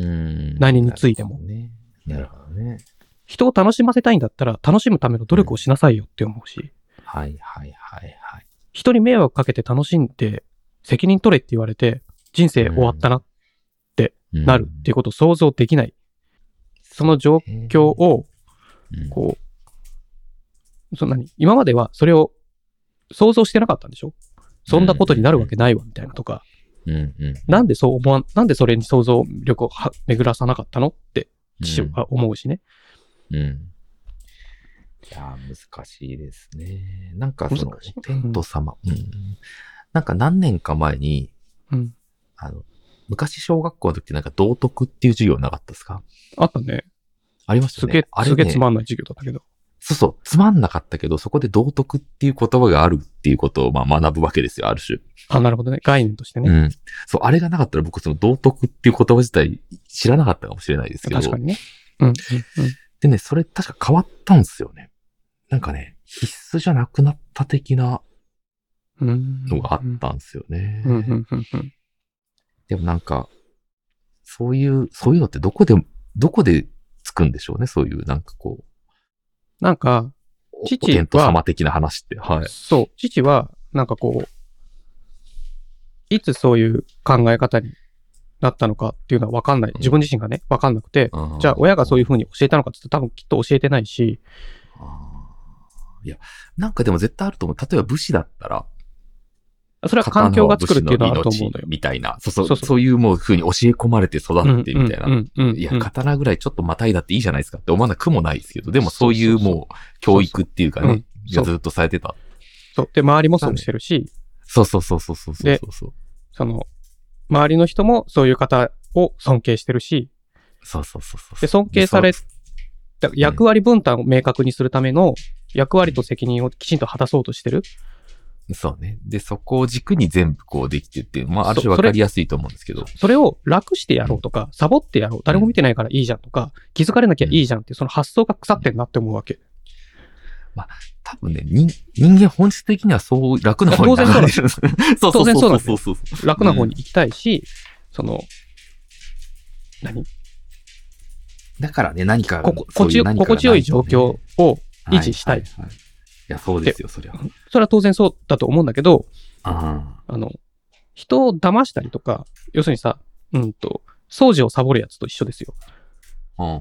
S1: 何についても。
S2: ね。なるほどね。
S1: 人を楽しませたいんだったら、楽しむための努力をしなさいよって思うし。
S2: はいはいはいはい。
S1: 人に迷惑かけて楽しんで、責任取れって言われて、人生終わったなってなるっていうことを想像できない。その状況を、こう、そんなに、今まではそれを想像してなかったんでしょ？そんなことになるわけないわ、みたいなとか。なんでそう思わん、なんでそれに想像力を巡らさなかったのって、父は思うしね。
S2: うん。いや、難しいですね。なんかその、天道様、うん。なんか何年か前に、
S1: うん、
S2: あの、昔小学校の時ってなんか道徳っていう授業なかったですか？
S1: あったね。
S2: ありましたね。
S1: すげえ、すげえつまんない授業だったけど。
S2: そうそう、つまんなかったけど、そこで道徳っていう言葉があるっていうことをまあ学ぶわけですよ、ある種。
S1: あ、なるほどね。概念としてね。
S2: うん。そう、あれがなかったら僕その道徳っていう言葉自体知らなかったかもしれないですけど。
S1: 確かにね。うん、うん、うん。
S2: でね、それ確か変わったんですよね。なんかね、必須じゃなくなった的なのがあったんですよね。でもなんか、そういう、そういうのってどこで、どこでつくんでしょうね、そういうなんかこう。
S1: なんか、父は、
S2: お天道様的な話って。はい。
S1: そう、父は、なんかこう、いつそういう考え方になったのかっていうのは分かんない。自分自身がね、分かんなくて、うん、じゃあ親がそういう風に教えたのかって言ったら多分きっと教えてないし。
S2: いや、なんかでも絶対あると思う。例えば武士だったら、
S1: それは環境が作るっていうのはあると思うのよ。
S2: みたいな。そうそう。そうそうそういうもう風に教え込まれて育ってみたいな。
S1: うんうんうん、
S2: いや、刀ぐらいちょっとまたいだっていいじゃないですかって思わなくもないですけど、でもそういうもう教育っていうかね、がずっとされてた。
S1: そう。で、周りもそうしてるし。
S2: そうそうそうそうそうそうそう。
S1: その、周りの人もそういう方を尊敬してるし。
S2: そうそうそうそう。
S1: で、尊敬され、役割分担を明確にするための役割と責任をきちんと果たそうとしてる。
S2: そうね。で、そこを軸に全部こうできてって、まあ、ある種わかりやすいと思うんですけど。
S1: それを楽してやろうとか、サボってやろう。誰も見てないからいいじゃんとか、気づかれなきゃいいじゃんっていう、その発想が腐ってんなって思うわけ。
S2: まあ、多分ね、人、人間本質的にはそう楽な方に
S1: 当然そうなんですよ。
S2: 当然
S1: そうなんですよ。楽な方に行きたいし、その、何
S2: だからね、何か、
S1: 心地よい状況を維持したい。
S2: いや、そうですよ、そりゃ。
S1: それは当然そうだと思うんだけど、
S2: あ
S1: あの、人を騙したりとか、要するにさ、うんと、掃除をサボるやつと一緒ですよ。
S2: 掃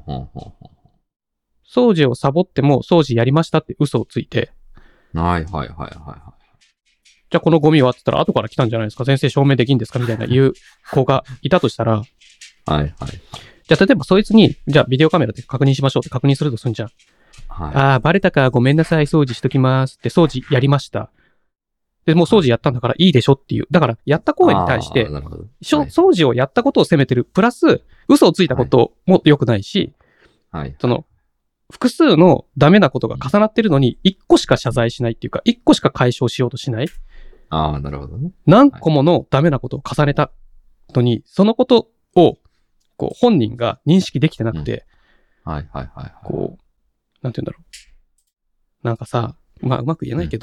S1: 除をサボっても掃除やりましたって嘘をついて。
S2: はいはいはいはいはい。
S1: じゃあこのゴミはって言ったら後から来たんじゃないですか、先生証明できんですかみたいな言う子がいたとしたら。
S2: はいはいはい。
S1: じゃあ例えばそいつに、じゃあビデオカメラで確認しましょうって確認するとすんじゃん。
S2: はい、
S1: ああ、バレたか、ごめんなさい、掃除しときますって掃除やりました。で、もう掃除やったんだからいいでしょっていう。だから、やった行為に対して、はい、掃除をやったことを責めてる。プラス、嘘をついたことも良くないし、
S2: はい、
S1: その、複数のダメなことが重なってるのに、一個しか謝罪しないっていうか、一個しか解消しようとしない。
S2: ああ、なるほどね。
S1: 何個ものダメなことを重ねたのに、そのことを、こう、本人が認識できてなくて、
S2: うん、はいはいはい、はい。
S1: こう、なんて言うんだろう。なんかさ、まあうまく言えないけど、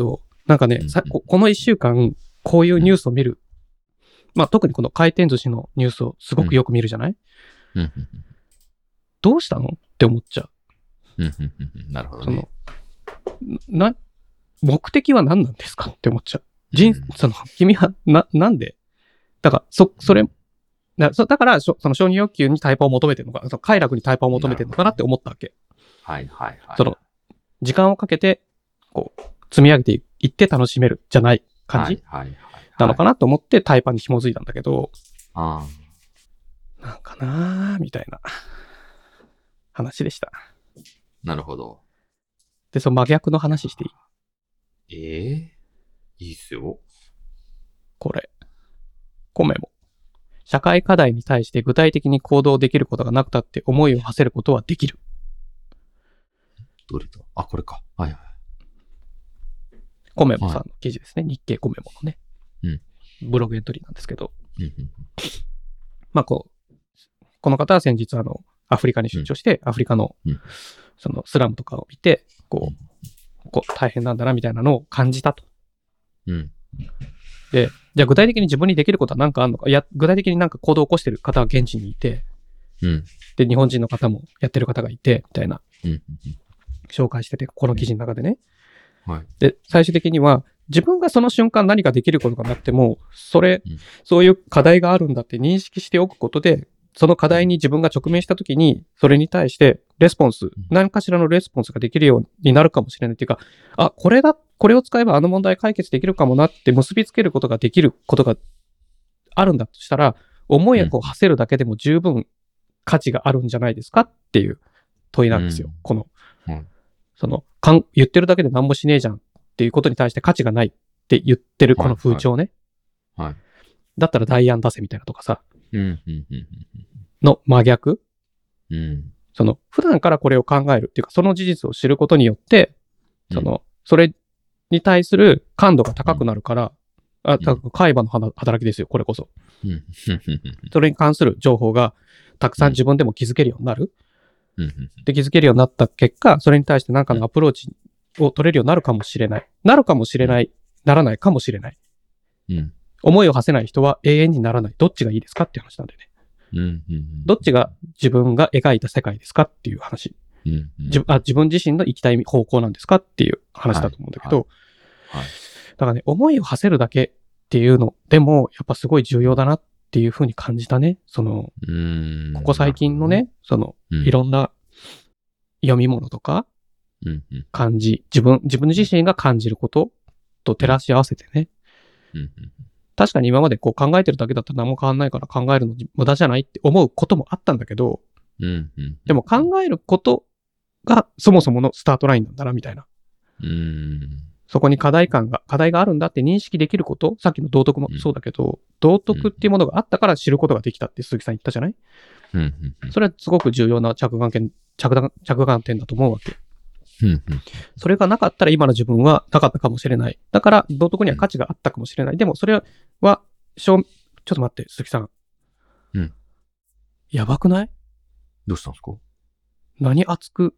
S1: なんかね、
S2: うん
S1: さこ、この一週間、こういうニュースを見る。まあ、特にこの回転寿司のニュースをすごくよく見るじゃない、
S2: うんうん
S1: どうしたのって思っちゃう。
S2: うんうんうんうんなるほどね。
S1: その、な、目的は何なんですかって思っちゃう。人、
S2: うん
S1: その、君は、な、なんでだから、そ、それ、だそだから、そその承認欲求にタイパを求めてるのか、その快楽にタイパを求めてるのかなって思ったわけ。
S2: はいはいはい。
S1: その、時間をかけて、こう、積み上げていって楽しめるじゃない感じ
S2: はいはいはい
S1: なのかなと思ってタイパに紐づいたんだけど、
S2: あ
S1: なんかなーみたいな話でした。
S2: あ、なるほど。
S1: で、その真逆の話していい
S2: ええいいっすよ。
S1: これ。コメも。社会課題に対して具体的に行動できることがなくたって思いを馳せることはできる。
S2: どれだあ、これか。はいはい。
S1: コメモさんの記事ですね。日経コメモのね。
S2: うん。
S1: ブログエントリーなんですけど。
S2: うんうん
S1: まあこう、この方は先日あの、アフリカに出張して、アフリカの
S2: うん、
S1: そのスラムとかを見て、こう、こう大変なんだなみたいなのを感じたと。
S2: うん。
S1: で、じゃあ具体的に自分にできることは何かあるのか。いや、具体的になんか行動を起こしてる方は現地にいて、
S2: うん。
S1: で、日本人の方もやってる方がいて、みたいな、
S2: うんうん
S1: 紹介してて、この記事の中でね。
S2: うん。はい。
S1: で、最終的には、自分がその瞬間何かできることがなくても、それ、
S2: うん
S1: そういう課題があるんだって認識しておくことで、その課題に自分が直面したときに、それに対してレスポンス、何かしらのレスポンスができるようになるかもしれないっていうか、あ、これだ、これを使えばあの問題解決できるかもなって結びつけることができることがあるんだとしたら、思いをこう馳せるだけでも十分価値があるんじゃないですかっていう問いなんですよ。
S2: うん
S1: この、
S2: うん
S1: その、かん、言ってるだけで何もしねえじゃんっていうことに対して価値がないって言ってるこの風潮ね。
S2: はいはい。
S1: だったらダイアン出せみたいなとかさ、
S2: うんうんうん
S1: の真逆。
S2: うん。うん。
S1: その、普段からこれを考えるっていうか、その事実を知ることによって、その、それに対する感度が高くなるから、あ、た海馬の働きですよ、これこそ。
S2: うんうん
S1: それに関する情報がたくさん自分でも気づけるようになる。
S2: うんうん
S1: で、気づけるようになった結果、それに対して何かのアプローチを取れるようになるかもしれない。なるかもしれない。ならないかもしれない。
S2: うん
S1: 思いを馳せない人は永遠にならない。どっちがいいですかっていう話なんでね。
S2: うんうん
S1: どっちが自分が描いた世界ですかっていう話。
S2: うんうん
S1: 自分あ自分自身の行きたい方向なんですかっていう話だと思うんだけど、
S2: はいはい
S1: だからね、思いを馳せるだけっていうのでも、やっぱすごい重要だなっていうふうに感じたね。その、
S2: うーん
S1: ここ最近のね、その、
S2: うん
S1: いろんな読み物とか
S2: うんうん
S1: 感じ、自分、自分自身が感じることと照らし合わせてね。
S2: うんうん
S1: 確かに今までこう考えてるだけだったら何も変わんないから考えるの無駄じゃないって思うこともあったんだけど、
S2: うんうん
S1: でも考えることがそもそものスタートラインなんだなみたいな。
S2: うーん
S1: そこに課題感が、課題があるんだって認識できること、さっきの道徳もそうだけど、道徳っていうものがあったから知ることができたって鈴木さん言ったじゃない
S2: うんうんうん
S1: それはすごく重要な着眼点、着眼、着眼点だと思うわけ。
S2: うんうん
S1: それがなかったら今の自分はなかったかもしれない。だから道徳には価値があったかもしれない。でもそれは、しょうちょっと待って、鈴木さん。
S2: うん。
S1: やばくない
S2: どうしたんですか
S1: 何熱く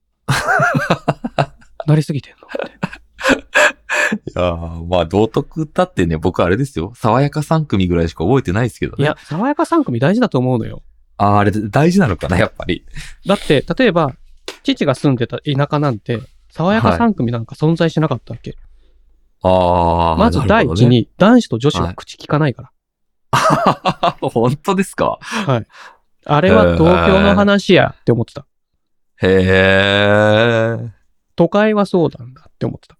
S1: なりすぎてんのって
S2: いやー、まあ、道徳だってね、僕あれですよ。爽やかさん組ぐらいしか覚えてないですけどね。
S1: いや、爽やかさん組大事だと思うのよ。
S2: あー、あれ大事なのかな、やっぱり。
S1: だって、例えば、父が住んでた田舎なんて、爽やかさん組なんか存在しなかったわけ。
S2: あー。
S1: まず第一に、男子と女子
S2: は
S1: はい口聞かないから。
S2: 本当ですか
S1: はい。あれは東京の話やって思ってた。
S2: へー。
S1: 都会はそうなんだって思ってた。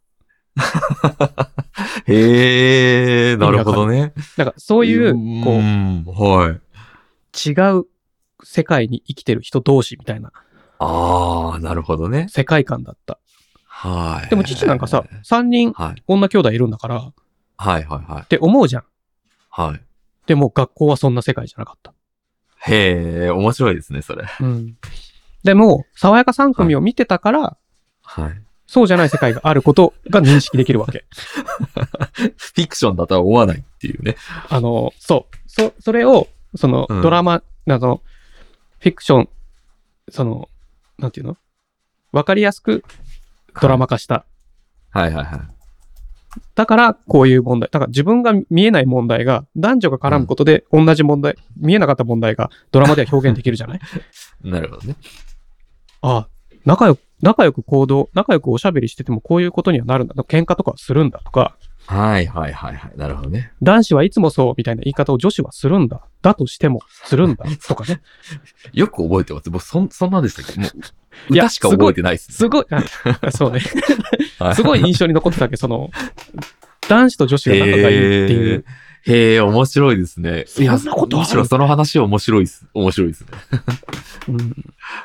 S2: へー、なるほどね。
S1: だからそういう、こう、
S2: ん、はい。
S1: 違う世界に生きてる人同士みたいな
S2: あー、なるほどね。
S1: 世界観だった。
S2: はい。
S1: でも父なんかさ、さんにん
S2: はい。
S1: 女兄弟いるんだから、っ
S2: はいはいはい。
S1: て思うじゃん。
S2: はい。
S1: でも学校はそんな世界じゃなかった。
S2: へー、面白いですね、それ。
S1: うん。でも、爽やかさん組を見てたから、
S2: はい。
S1: そうじゃない世界があることが認識できるわけ。
S2: フィクションだとは思わないっていうね。
S1: あの、そう。そ、それを、その、
S2: うん
S1: ドラマ、あの、フィクション、その、なんていうのわかりやすくドラマ化した
S2: はいはいはい。
S1: だからこういう問題、だから自分が見えない問題が男女が絡むことで同じ問題、うん、見えなかった問題がドラマでは表現できるじゃない
S2: なるほどね。
S1: ああ、仲良く、仲良く行動、仲良くおしゃべりしててもこういうことにはなるんだ。喧嘩とかするんだとか。
S2: はいはいはいはい。なるほどね。
S1: 男子はいつもそうみたいな言い方を女子はするんだ。だとしてもするんだとかね。
S2: よく覚えてます。僕そん、そんなんでしたっけ？もう、歌しか覚えてないっす、ね。
S1: すごい、そうね。すごい印象に残ってたけど、その、男子と女子が仲がいいっていう。
S2: へえ、面白いですね。
S1: そんなことある？
S2: むしろその話面白いです。面白いですね。うん、へ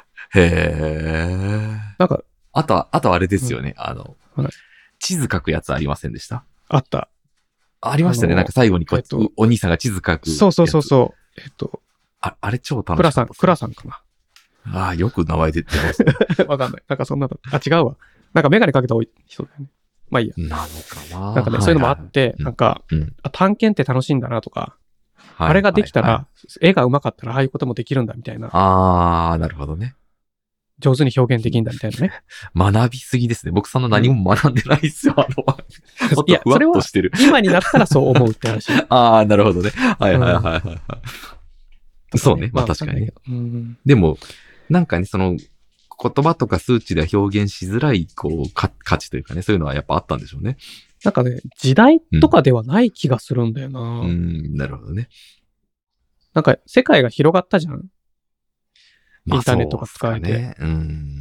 S2: え。なんか、あとは、あとあれですよね。うん、あの、はい、地図書くやつありませんでした？
S1: あった。
S2: ありましたね。なんか最後にこう、えっと、お兄さんが地図書く。
S1: そうそうそうそう。えっと、
S2: あ、あれ超楽しかった。
S1: クラさん、クラさんかな。
S2: ああ、よく名前出てますね。
S1: わかんない。なんかそんなの、あ、違うわ。なんかメガネかけた人だよね。まあいいや。
S2: なのかな。
S1: なんかね、そういうのもあって、なんか、あ、探検って楽しいんだなとか、あれができたら、絵が上手かったらああいうこともできるんだみたいな。
S2: ああ、なるほどね。
S1: 上手に表現できるんだみたいなね。
S2: 学びすぎですね。僕そんな何も学んでないですよ。あの、もっとふわっとしてる。
S1: 今になったらそう思うって話。
S2: ああ、なるほどね。はいはいはいはい。うん、そうね。まあ確かにね。うん、でも、なんかね、その、言葉とか数値では表現しづらい、こう、価値というかね、そういうのはやっぱあったんでしょうね。
S1: なんかね、時代とかではない気がするんだよな。
S2: うん、うんなるほどね。
S1: なんか、世界が広がったじゃん。インターネットが使えて。
S2: ね、うん、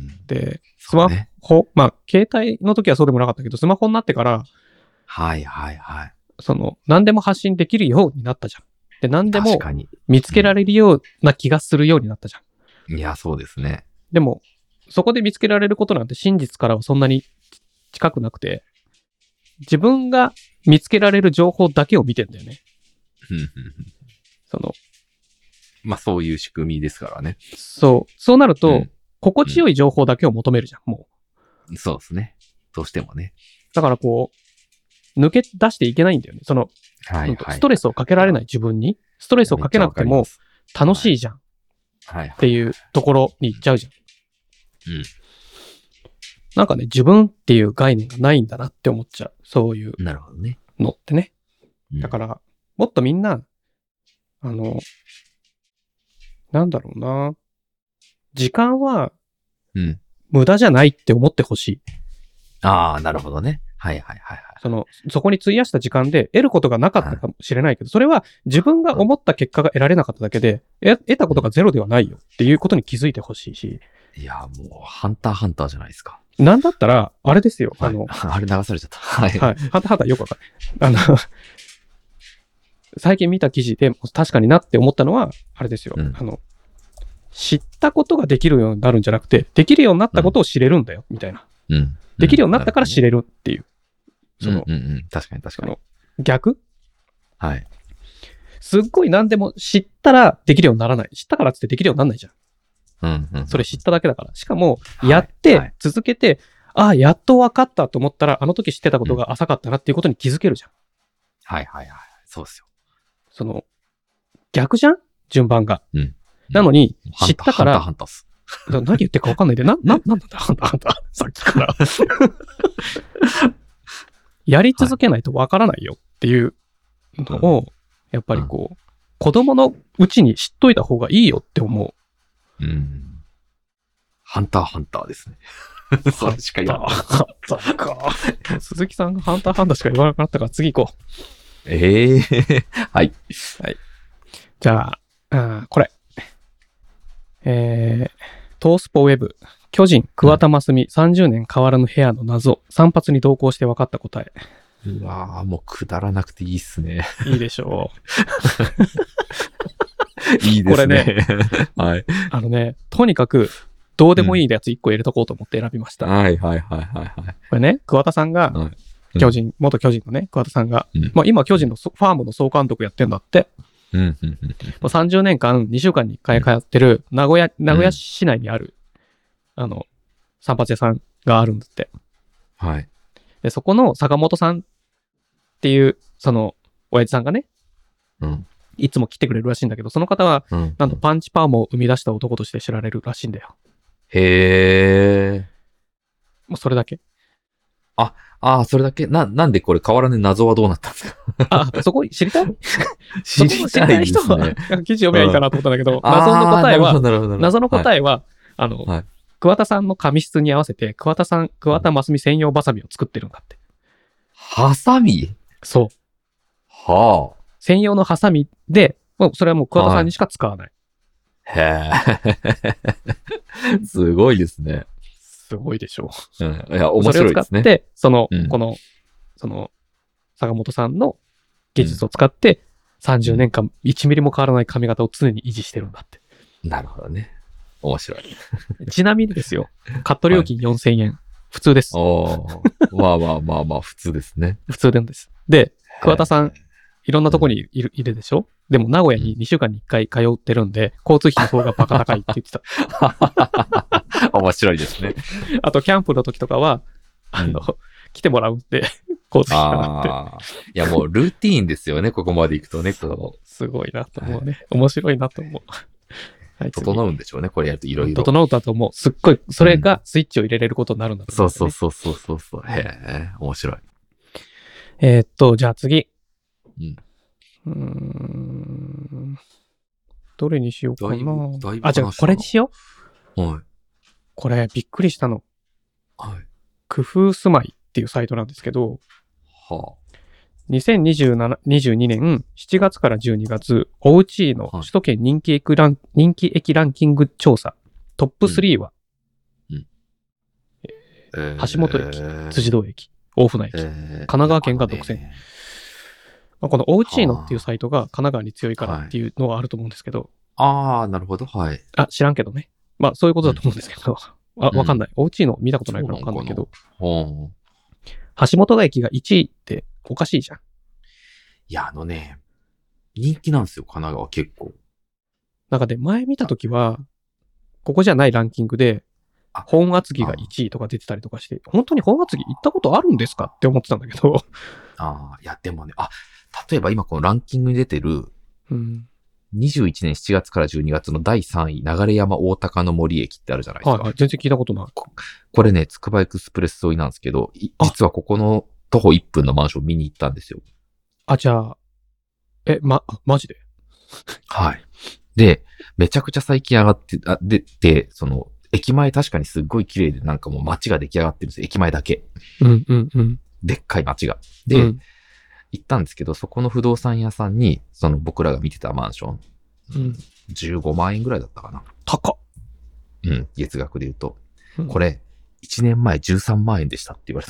S1: で、スマホ、ね、まあ、携帯の時はそうでもなかったけど、スマホになってから、
S2: はいはいはい。
S1: その、何でも発信できるようになったじゃん。で、何でも見つけられるような気がするようになったじゃん。
S2: うん、いや、そうですね。
S1: でも、そこで見つけられることなんて真実からはそんなに近くなくて、自分が見つけられる情報だけを見てんだよね。その、
S2: まあそういう仕組みですからね。
S1: そう。そうなると、うん、心地よい情報だけを求めるじゃん、も
S2: う。そうですね。どうしてもね。
S1: だからこう、抜け出していけないんだよね。その、はいはい、ストレスをかけられない自分に、ストレスをかけなくても楽しいじゃん。はい。っていうところに行っちゃうじゃん。うん。なんかね、自分っていう概念がないんだなって思っちゃう。そういう
S2: なるほどね。
S1: のってね。だから、もっとみんな、あの、なんだろうな。時間は、無駄じゃないって思ってほしい。
S2: うん、ああ、なるほどね。はいはいはいはい。
S1: その、そこに費やした時間で得ることがなかったかもしれないけど、それは自分が思った結果が得られなかっただけで、得たことがゼロではないよっていうことに気づいてほしいし。
S2: いや、もう、ハンターハンターじゃないですか。
S1: なんだったら、あれですよ。
S2: はい、
S1: あの、
S2: あれ流されちゃった。はい。
S1: はい。ハンターハンターよくわかる。あの、最近見た記事で確かになって思ったのは、あれですよ。うん、あの、知ったことができるようになるんじゃなくて、できるようになったことを知れるんだよ、みたいな。うん。できるようになったから知れるっていう。
S2: その、うんうんうん、確かに確かに。
S1: 逆
S2: はい。
S1: すっごい何でも知ったらできるようにならない。知ったからっつってできるようにならないじゃん。
S2: うんうん、
S1: それ知っただけだから。しかも、やって、続けて、はいはい、ああ、やっと分かったと思ったら、あの時知ってたことが浅かったなっていうことに気づけるじゃん。
S2: はいはいはい。そうですよ。
S1: その、逆じゃん順番が。
S2: うん。
S1: なのに、知ったから、
S2: ハンターハンターっす。
S1: 何言ってるか分かんないで、な、な、なんだったハンターハンター。さっきから。やり続けないと分からないよっていうのを、やっぱりこう、うん、子供のうちに知っといた方がいいよって思う。
S2: うん。ハンターハンターですね。それしか言わない。
S1: ハンターか。鈴木さんがハンターハンターしか言わなくなったから次行こう。
S2: ええー、はい。
S1: はい。じゃあ、あこれ。えー、トースポウェブ。巨人、桑田真澄、さんじゅうねん変わらぬ部屋の謎。散髪に同行して分かった答え。
S2: うわぁ、もうくだらなくていいっすね。
S1: いいでしょ
S2: う。いいですね。これね、はい。
S1: あのね、とにかく、どうでもいいやついっこ入れとこうと思って選びました。
S2: うん、はいはいはいはいはい。
S1: これね、桑田さんが、はい、巨人、元巨人のね、桑田さんが、うん、まあ今巨人のファームの総監督やってんだって。
S2: うんうんうん、も
S1: うさんじゅうねんかん、にしゅうかんにいっかい通ってる名古屋、名古屋市内にある、うん、あの、散髪屋さんがあるんだって。
S2: はい。
S1: で、そこの坂本さんっていう、その、親父さんがね、
S2: うん、
S1: いつも来てくれるらしいんだけど、その方は、うん、なんとパンチパーマを生み出した男として知られるらしいんだよ。
S2: へー。
S1: もうそれだけ。
S2: あ、ああ、それだけな、なんでこれ変わらぬ謎はどうなったんですか？
S1: あ、そこ知りたい
S2: 知りたいです
S1: そこ知りたい
S2: ね。
S1: 人は記事読めばいいかなと思ったんだけど、
S2: うん、
S1: 謎の答えは、
S2: 謎
S1: の答えは、はい、あの、はい、桑田さんの髪質に合わせて、桑田さん、桑田真澄専用バサミを作ってるんだって。
S2: ハサミ？そう。はあ。
S1: 専用のハサミで、もうそれはもう桑田さんにしか使わない。
S2: はい、へえ。すごいですね。
S1: すごいでしょ
S2: う。うん。いや、面白いですね。
S1: それを使って、その、うん、この、その、坂本さんの技術を使って、うん、さんじゅうねんかんいちミリも変わらない髪型を常に維持してるんだって。
S2: なるほどね。面白い。
S1: ちなみにですよ、カット料金よんせんえん。はい、普通です。
S2: おまあまあまあまあ、普通ですね。
S1: 普通なんです。で、桑田さん、いろんなとこにいる、いるでしょ？でも名古屋ににしゅうかんにいっかい通ってるんで、交通費の方がバカ高いって言って
S2: た。面白いですね。
S1: あと、キャンプの時とかは、あの、うん、来てもらうんで、交通費がなくて。
S2: いや、もうルーティーンですよね、ここまで行くとね。
S1: すごいなと思うね。はい、面白いなと思う。
S2: はい、整うんでしょうね、これやるといろいろ。
S1: 整うだと思う。すっごい、それがスイッチを入れれることになるんだと思う、ね、
S2: うん。そうそうそうそうそう。へえ、面白い。
S1: えー、っと、じゃあ次。
S2: うん。
S1: うーん。どれにしようかな。
S2: だいぶ
S1: あ、じゃあこれにしよ
S2: う。はい。
S1: これびっくりしたの。
S2: はい。
S1: 工夫住まいっていうサイトなんですけど、
S2: はあ。
S1: にせんにじゅうにねんしちがつからじゅうにがつ、おうちの首都圏人気駅ラン、はい、人気駅ランキング調査、トップスリーは、うんうん、橋本駅、えー、辻堂駅、大船駅、えー、神奈川県が独占。まあ、このおうちのっていうサイトが神奈川に強いからっていうのはあると思うんですけど。
S2: ああ、なるほど。はい。
S1: あ、知らんけどね。まあそういうことだと思うんですけど。うん、あ、わかんない。おうちの見たことないからわかんないけど。橋本駅がいちいっておかしいじゃん。
S2: いや、あのね、人気なんですよ、神奈川結構。
S1: なんかで、前見たときは、ここじゃないランキングで、本厚木がいちいとか出てたりとかして、本当に本厚木行ったことあるんですかって思ってたんだけど。
S2: ああ、いや、でもね、あ、例えば今このランキングに出てる、
S1: うん、
S2: にじゅういちねんしちがつからじゅうにがつのだいさんい、流山大高の森駅ってあるじゃないですか。
S1: はいはい、全然聞いたことない。
S2: こ, これね、つくばエクスプレス沿いなんですけど、実はここの徒歩いっぷんのマンション見に行ったんですよ。
S1: あ、じゃあ、え、ま、マジで？
S2: はい。で、めちゃくちゃ最近上がって、あ、で、で、その、駅前確かにすっごい綺麗でなんかもう街が出来上がってるんですよ。駅前だけ。
S1: うんうんうん。
S2: でっかい街が。で、うん、行ったんですけど、そこの不動産屋さんに、その僕らが見てたマンション、
S1: うん、
S2: じゅうごまんえんぐらいだったかな。
S1: 高っ。
S2: うん、月額で言うと。うん、これ、いちねんまえじゅうさんまんえんでしたって言われた。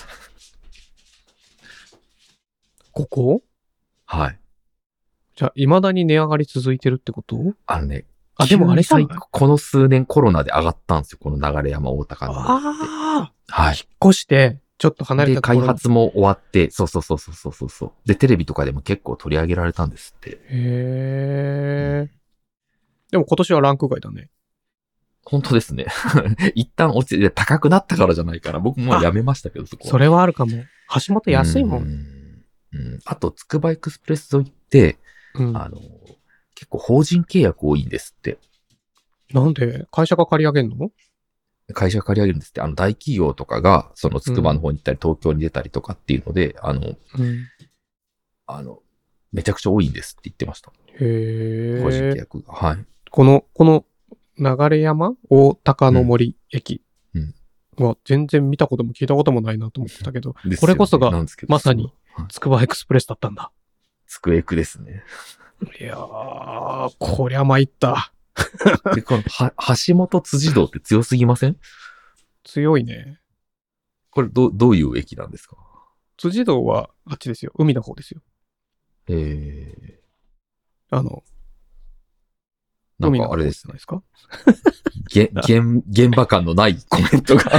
S1: ここ？
S2: はい。
S1: じゃあ、未だに値上がり続いてるってこと？
S2: あのね、
S1: あ、でもあれさ、
S2: この数年コロナで上がったんですよ。この流山大高の。
S1: ああ。
S2: はい。
S1: 引っ越して、ちょっと離れたところ
S2: で、開発も終わって、そうそうそうそうそうそう。で、テレビとかでも結構取り上げられたんですって。
S1: へえ、うん。でも今年はランク外だね。
S2: 本当ですね。一旦落ちて、高くなったからじゃないから、僕もやめましたけど、そこは。
S1: それはあるかも。橋本安いもん。
S2: うんうん、あと、つくばエクスプレス沿いって、うん、あの、結構法人契約多いんですって。
S1: なんで？会社が借り上げんの？
S2: 会社が借り上げるんですって。あの、大企業とかが、そのつくばの方に行ったり、東京に出たりとかっていうので、うん、あの、うん、あの、めちゃくちゃ多いんですって言ってました。
S1: へー。
S2: 法人契約が。はい。
S1: この、この、流山大高の森駅は全然見たことも聞いたこともないなと思ってたけど、うんね、これこそがまさにつくばエクスプレスだったんだ。
S2: つくエクですね。
S1: いやー、こりゃ参った。
S2: でこのは橋本辻堂って強すぎません？
S1: 強いね。
S2: これど、どういう駅なんですか？
S1: 辻堂はあっちですよ。海の方ですよ。
S2: へえ。
S1: あの、
S2: なんかあれです
S1: ね。ですか？
S2: 現、現、現場感のないコメントが。
S1: 神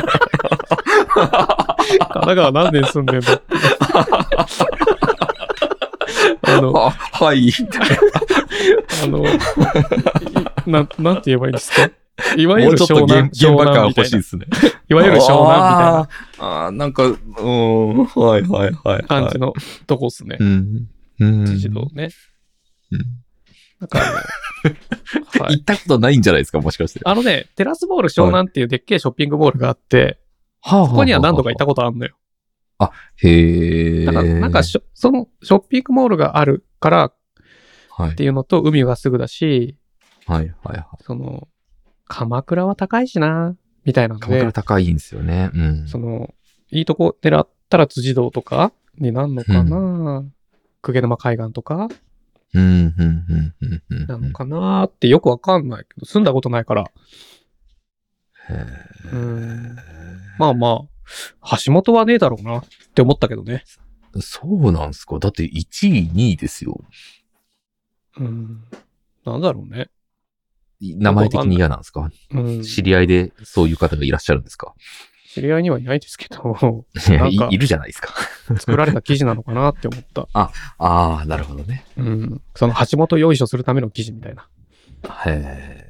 S1: 奈川何年住んでんの？あの、
S2: あ、はい。
S1: あの、な、なんて言えばいいんですか？いわゆる湘南、
S2: 現場感欲しいですね。
S1: いわゆる湘南みたいな。
S2: ああ、なんか、うん、はいはいはい。
S1: 感じのとこっすね。
S2: うん。うん。
S1: 辻堂ね。
S2: うん。
S1: なんかあの、
S2: はい、行ったことないんじゃないですか、もしかして。
S1: あのね、テラスボール湘南っていうでっけえショッピングモールがあって、はい、そこには何度か行ったことあるのよ。
S2: あ、へえ。
S1: だからなんかしょ、そのショッピングモールがあるからっていうのと、海がすぐだし、
S2: はいはいはい。
S1: その、鎌倉は高いしな、みたいなので。
S2: 鎌倉高いんですよね。うん。
S1: その、いいとこ狙ったら辻堂とかになんのかな、うん、鵠沼海岸とか
S2: うん、うん、うん、うん。
S1: なのかなってよくわかんないけど、住んだことないから。
S2: へ
S1: うん。まあまあ、橋本はねえだろうなって思ったけどね。
S2: そうなんすか。だっていちい、にいですよ。
S1: うん。なんだろうね。
S2: 名前的に嫌なんですか？うん。知り合いでそういう方がいらっしゃるんですか？
S1: 知り合いにはいないですけど。
S2: なんかい, いるじゃないですか。
S1: 作られた記事なのかなって思った。
S2: あ、ああ、なるほどね。
S1: うん。その橋本よいしょするための記事みたいな。
S2: へえ。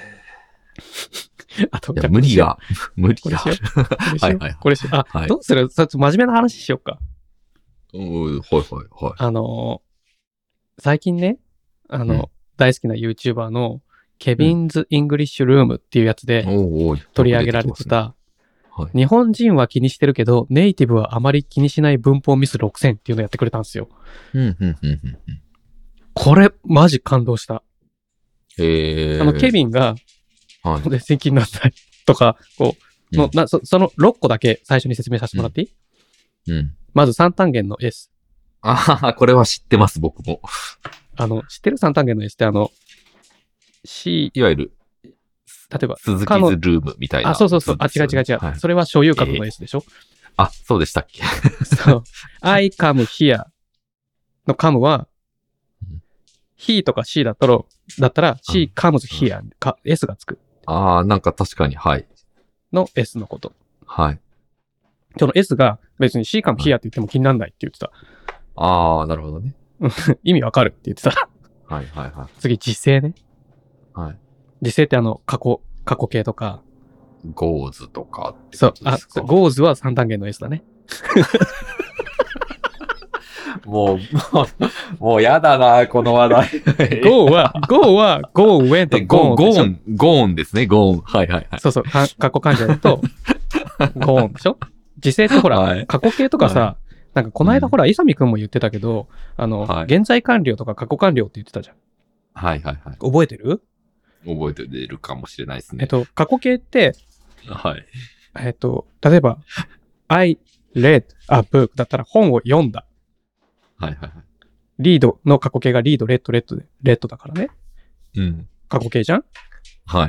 S1: あと、
S2: 無理が、無理が。
S1: これしよう。これしよう。はいはい、これしよう。あ、はい、どうする？さ、真面目な話しようか。
S2: うん、はいはいはい。
S1: あのー、最近ね、あの、うん、大好きな YouTuber のケビンズ・イングリッシュ・ルームっていうやつで取り上げられてた、はい、日本人は気にしてるけど、ネイティブはあまり気にしない文法ミスろくせんっていうのをやってくれたんですよ。
S2: うんうんうんうん、
S1: これ、マジ感動した。
S2: へー。
S1: あの、ケビンが、はい、全然気にならないとか、こう、の、うん、な、そ、そのろっこだけ最初に説明させてもらっていい？
S2: うん。うん、
S1: まず三単元の S。
S2: ああ、これは知ってます、僕も。
S1: あの、知ってる三単元の S ってあの、C、
S2: いわゆる、
S1: 例えば、
S2: 鈴木ズルームみたいな、ね。
S1: あ、そうそうそう。あ、違う違う違う。はい、それは所有格の S でしょ、
S2: えー、あ、そうでしたっけ
S1: そう。I come here の come は、he とか she だったら、だったら she comes here か、S がつく。
S2: ああ、なんか確かに、はい。
S1: の S のこと。
S2: はい。
S1: その S が別に she comes here って言っても気にならないって言ってた。
S2: ああ、なるほどね。
S1: 意味わかるって言ってた。
S2: はいはいはい。
S1: 次、時制ね。
S2: はい。
S1: 時制ってあの、過去、過去形とか。
S2: ゴーズとかって
S1: そう、あ、ゴーズは三単元の S だね。
S2: もう、もう、もうやだな、この話題。
S1: ゴーは、ゴーは、ゴー、ウェンとゴーン。
S2: ゴーン、ゴーンですね、ゴーン。はいはいはい。
S1: そうそう、過去漢字だと、ゴーンでしょ？時制ってほら、はい、過去形とかさ、はい、なんかこの間、うん、ほら、伊佐美くんも言ってたけど、あの、はい、現在完了とか過去完了って言ってたじゃん。
S2: はいはいはい。
S1: 覚えてる？
S2: 覚えてるかもしれないですね。
S1: えっと、過去形って、
S2: はい。
S1: えっと、例えば、I read a book だったら本を読んだ。
S2: はいはいはい。
S1: リードの過去形がリード、レッド、レッドで、レッドだからね。
S2: うん。
S1: 過去形じゃん？
S2: はい。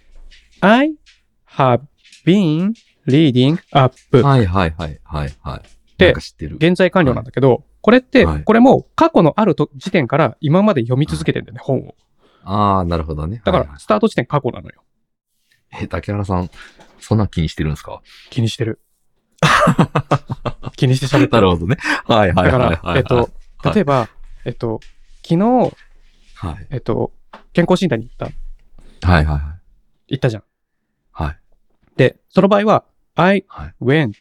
S1: I have been reading a book.
S2: はいはいはいはいはい。
S1: で、現在完了なんだけど、はい、これって、はい、これも過去のあると時点から今まで読み続けてんだよね、はい、本を。
S2: ああ、なるほどね。
S1: だから、スタート地点過去なのよ。
S2: え、竹原さん、そんな気にしてるんですか？
S1: 気にしてる。気にして喋ってる。
S2: なるほどね。はいはいはい、はい。
S1: だから、えっと、例えば、はい、えっと、昨日、
S2: はい、
S1: えっと、健康診断に行った。
S2: はいはいはい。
S1: 行ったじゃん。
S2: はい。
S1: で、その場合は、I went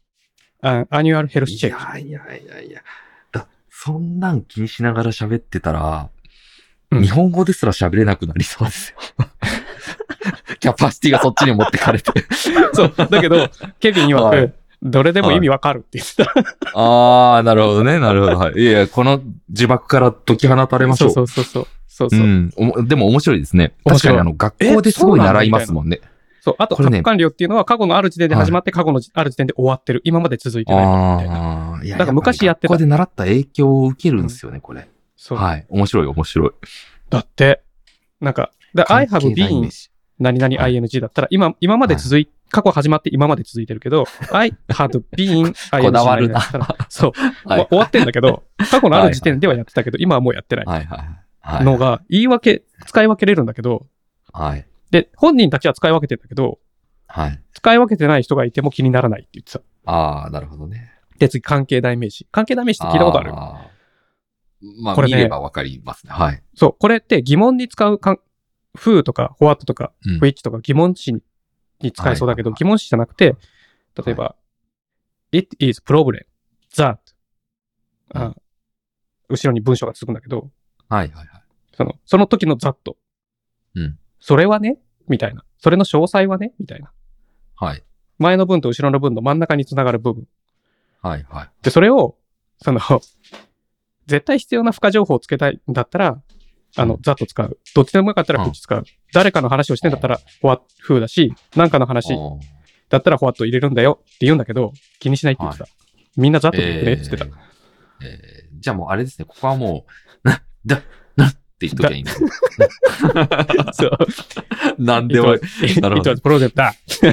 S1: an annual health check。
S2: いやいやいやいや。だ、そんなん気にしながら喋ってたら、うん、日本語ですら喋れなくなりそうですよ。キャパシティがそっちに持ってかれて。
S1: そう。だけど、ケビン曰く、はい、どれでも意味わかるって言ってた。
S2: ああ、なるほどね。なるほど。はい。いやいや、この呪縛から解き放たれましょう。
S1: そうそうそうそうそう。
S2: うん。でも面白いですね。確かにあの、学校ですごい習いますもんね。
S1: そう。あと、過去完了っていうのは過去のある時点で始まって、過去のある時点で終わってる。今まで続いてないみたいな。ああ。いや、だから昔やってた。
S2: 学校で習った影響を受けるんですよね、うん、これ。
S1: そう。
S2: はい。面白い、面白い。
S1: だって、なんか、I have been 何々 アイエヌジー だったら、今、今まで続い、過去始まって今まで続いてるけど、I had been アイエヌジー
S2: こだわるな。
S1: そう。終わってんだけど、過去のある時点ではやってたけど、今はもうやってない。
S2: はいはい。
S1: のが、言い訳、使い分けれるんだけど、
S2: はい。
S1: で、本人たちは使い分けてるんだけど、
S2: はい。
S1: 使い分けてない人がいても気にならないって言ってた。
S2: ああ、なるほどね。
S1: で、次、関係代名詞。関係代名詞って聞いたことある？
S2: あまあ、これね、見ればわかりますね。はい。
S1: そう、これって疑問に使うかん、who とか what とか which とか疑問詞に使えそうだけど、疑問詞じゃなくて、例えば、はい、it is problem that、うん、あ後ろに文章が続くんだけど、
S2: はいはいはい。
S1: その、その時の that。
S2: うん。
S1: それはねみたいな。それの詳細はねみたいな。
S2: はい。
S1: 前の文と後ろの文の真ん中につながる部分。
S2: はいはい。
S1: で、それを、その、絶対必要な付加情報をつけたいんだったら、あの、ざっと使う。どっちでもよかったらこっち使う。うん、誰かの話をしてんだったら、フォワ風だし、なんかの話だったらフォワット入れるんだよって言うんだけど、気にしないって言ってた。はい、みんなざっとでよくねって言ってた。
S2: えーえー、じゃあもうあれですね、ここはもう、な、だ、なって言っときゃいいんですよ。そう。なんでも、なるほど。
S1: プロジェクター。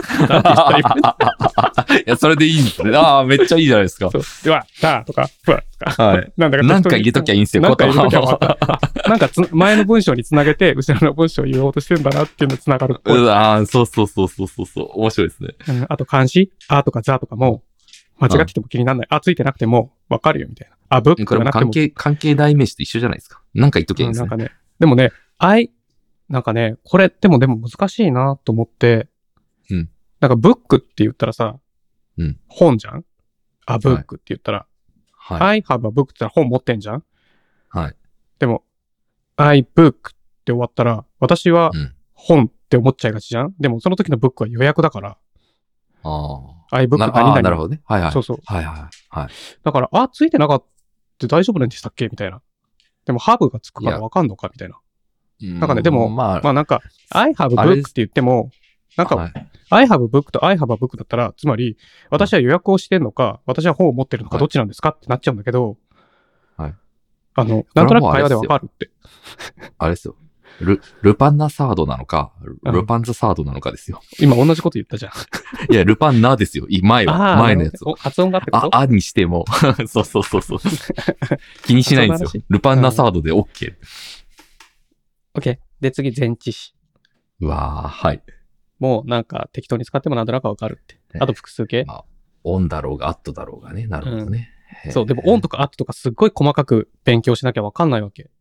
S2: いや、それでいいんですね。ああ、めっちゃいいじゃないですか。
S1: そう。では、たとか、ふわとか。
S2: はい。なんだか、なんか入れときゃいいんですよ、
S1: なんか入れときゃわかる。なんかつ、前の文章につなげて、後ろの文章を言おうとしてるんだなっていうのにつながるっぽい。
S2: うああ、そうそうそうそうそうそう。面白いですね。
S1: うん、あと、漢詞、あとかざとかも、間違ってても気にならない。あ、ついてなくてもわかるよ、みたいな。あ、ブックがなくても。
S2: 関係、関係代名詞と一緒じゃないですか。なんか言っときゃいいんですね。
S1: うん、なんかね、でもね、I、なんかね、これ、でもでも難しいなと思って、
S2: うん。
S1: なんかブックって言ったらさ、
S2: うん。
S1: 本じゃん？あ、ブックって言ったら。
S2: はい。
S1: I have a book って言ったら本持ってんじゃん？
S2: はい。
S1: でも、I book って終わったら、私は本って思っちゃいがちじゃん？でもその時のブックは予約だから。
S2: あ
S1: あ。I book 何
S2: 々。
S1: 々。
S2: なるほどね。はいはい。
S1: そうそう。
S2: はいはい。はい。
S1: だから、あ、ついてなかった大丈夫なんでしたっけみたいな。でも、have がつくからわかんのかみたいな。なんかね、でも、まあ、まあなんか、I have a book って言っても、なんか、はい、I have a book と I have a book だったら、つまり、私は予約をしてんのか、私は本を持ってるのか、どっちなんですかってなっちゃうんだけど、
S2: はい。
S1: あの、なんとなく会話でわかるって。
S2: あれですよ。ル、ルパンナサードなのか、ルパンズサードなのかですよ。
S1: 今同じこと言ったじゃん。
S2: いや、ルパンナですよ。前は、前のやつを。
S1: 発音がってこと？
S2: あ、あにしても。そうそうそうそう。気にしないんですよ。ルパンナサードで OK。
S1: OK。で、次、前置詞。
S2: うわぁ、はい。
S1: もうなんか適当に使ってもなんとなくわかるって。あと複数形。まあ、
S2: オンだろうが、アットだろうがね。なるほどね。
S1: うん、そう、でもオンとかアットとかすっごい細かく勉強しなきゃわかんないわけ。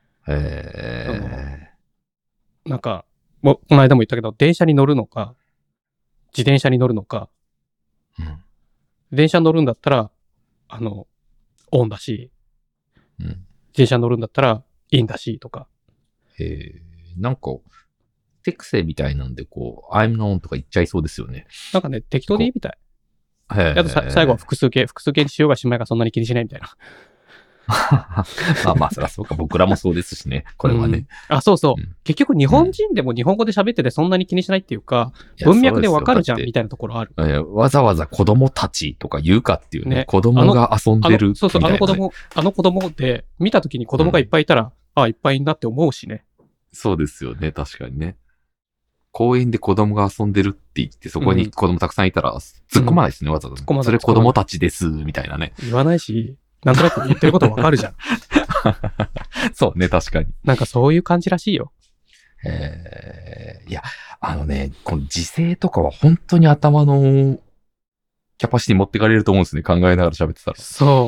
S2: へ
S1: ー。なんか、もうこの間も言ったけど、電車に乗るのか、自転車に乗るのか、
S2: うん、
S1: 電車乗るんだったら、あの、オンだし、
S2: うん、
S1: 自転車乗るんだったら、インだし、とか。
S2: へー。なんか、テクセみたいなんで、こう、I'm known とか言っちゃいそうですよね。
S1: なんかね、適当でいいみたい。
S2: へー。
S1: あとさ最後は複数形、複数形にしようがしまいがそんなに気にしないみたいな。
S2: まあまあ、そりゃそうか。僕らもそうですしね。これはね。
S1: うん、あ、そうそう、うん。結局日本人でも日本語で喋っててそんなに気にしないっていうか、うん、文脈でわかるじゃんみたいなところある。
S2: わざわざ子供たちとか言うかっていうね。ね子供が遊んでるみたいな、ね。
S1: そうそう、あの子供、あの子供で見た時に子供がいっぱいいたら、うん、ああ、いっぱいいんなって思うしね。
S2: そうですよね。確かにね。公園で子供が遊んでるって言って、そこに子供たくさんいたら、突っ込まないですね、うん、わざわざ、ね。突っ込まない。それ子供たちです、みたいなね。
S1: 言わないし、なんとなく言ってることわかるじゃん。
S2: そうね、確かに。
S1: なんかそういう感じらしいよ。
S2: えー、いや、あのね、この時勢とかは本当に頭のキャパシティ持ってかれると思うんですね、考えながら喋ってたら。
S1: そう。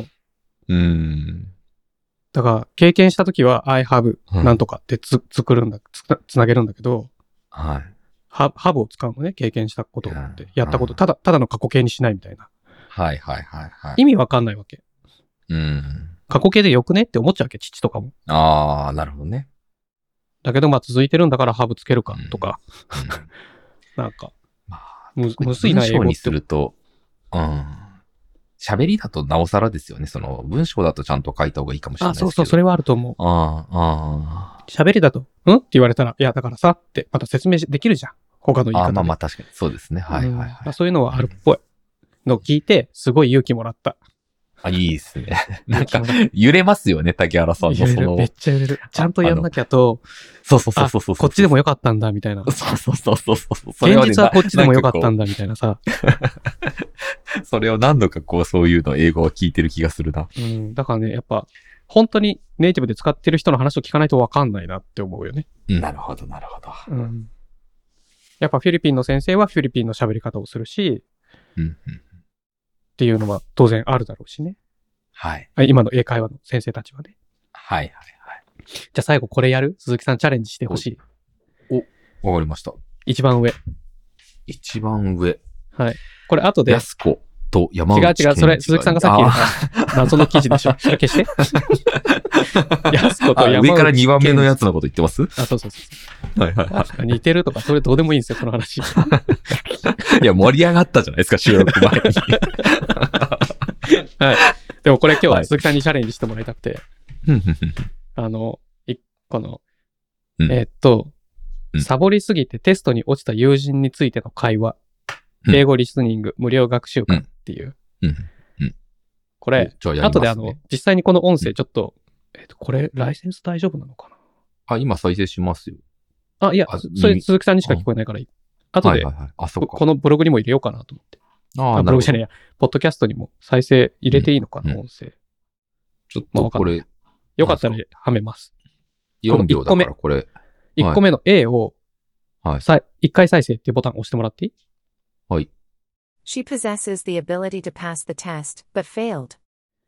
S2: うーん。
S1: だから、経験したときは I have なんとかってつ、うん、作るんだ、つ、つなげるんだけど、
S2: はい。
S1: ハ、ハブを使うのね、経験したことって、やったこと、ただ、ただの過去形にしないみたいな。
S2: はいはいはいはい。
S1: 意味わかんないわけ。
S2: うん。
S1: 過去形でよくねって思っちゃうわけ、父とかも。
S2: ああ、なるほどね。
S1: だけど、まあ続いてるんだからハブつけるか、とか。うんうん、なんか、まあ、む、むずいな、英語
S2: 文章にすると、うん。喋りだとなおさらですよね。その、文章だとちゃんと書いた方がいいかもしれないですけど。
S1: あ、そうそう、それはあると思う。
S2: ああ、ああ。
S1: 喋りだと、んって言われたら、いや、だからさ、って、また説明できるじゃん。他の言い方で。
S2: あ、まあまあ確かに。そうですね。はいはいはい。
S1: うん、そういうのはあるっぽい。のを聞いて、すごい勇気もらった。
S2: あ、いいですね。なんか、揺れますよね、竹原さんのその。
S1: めっちゃ揺れる。ちゃんとやんなきゃと、
S2: そうそうそうそうそう。
S1: こっちでもよかったんだ、みたいな。
S2: そうそうそうそうそう。
S1: 現実はこっちでもよかったんだ、みたいなさ。
S2: それを何度かこう、そういうの英語は聞いてる気がするな。
S1: うん。だからね、やっぱ、本当にネイティブで使ってる人の話を聞かないとわかんないなって思うよね。
S2: なるほど、なるほど。
S1: うん。やっぱフィリピンの先生はフィリピンの喋り方をするし、
S2: うんうん、
S1: っていうのは当然あるだろうしね。
S2: はい。
S1: 今の英会話の先生たちはね。
S2: はいはいはい。
S1: じゃあ最後これやる？鈴木さんチャレンジしてほしい。
S2: お、わかりました。
S1: 一番上。
S2: 一番上。
S1: はい。これ後で。
S2: 安子と山内健
S1: 違う違う、それ鈴木さんがさっき言った謎の記事でしょ。それ消して。安子と山内。
S2: 上からにばんめのやつのこと言ってます？
S1: あ、そうそうそう。
S2: はいはいはい。
S1: 似てるとか、それどうでもいいんですよ、この話。
S2: いや、盛り上がったじゃないですか、収録前に。
S1: はい。でもこれ今日
S2: は
S1: はい鈴木さんにチャレンジしてもらいたくて、あの、一個の、
S2: うん
S1: えーっと、
S2: うん
S1: サボりすぎてテストに落ちた友人についての会話、
S2: うん
S1: 英語リスニング、無料学習会っていう。
S2: うんうん
S1: これ、
S2: おじゃあやりますね
S1: 後であの、実際にこの音声ちょっと、えーっと、これ、ライセンス大丈夫なのかな
S2: あ、今再生しますよ。
S1: あ、いや、
S2: あ
S1: それ
S2: 耳
S1: 鈴木さんにしか聞こえないからいい。後で
S2: はいはいはい。あ、そっか。
S1: このブログにも入れようかなと思って。
S2: あ
S1: あ、ブログじゃねえや。ポッドキャストにも再生入れていいのかな、
S2: うん
S1: 音声。
S2: ちょっ
S1: まあわかんない
S2: とこれ、
S1: よかったらはめます。
S2: よんびょうだからこれ。
S1: いっこめの A を、
S2: はい。
S1: さいっかい再生っていうボタンを押してもらっていい？
S2: はい。
S3: She possesses the ability to pass the test, but failed.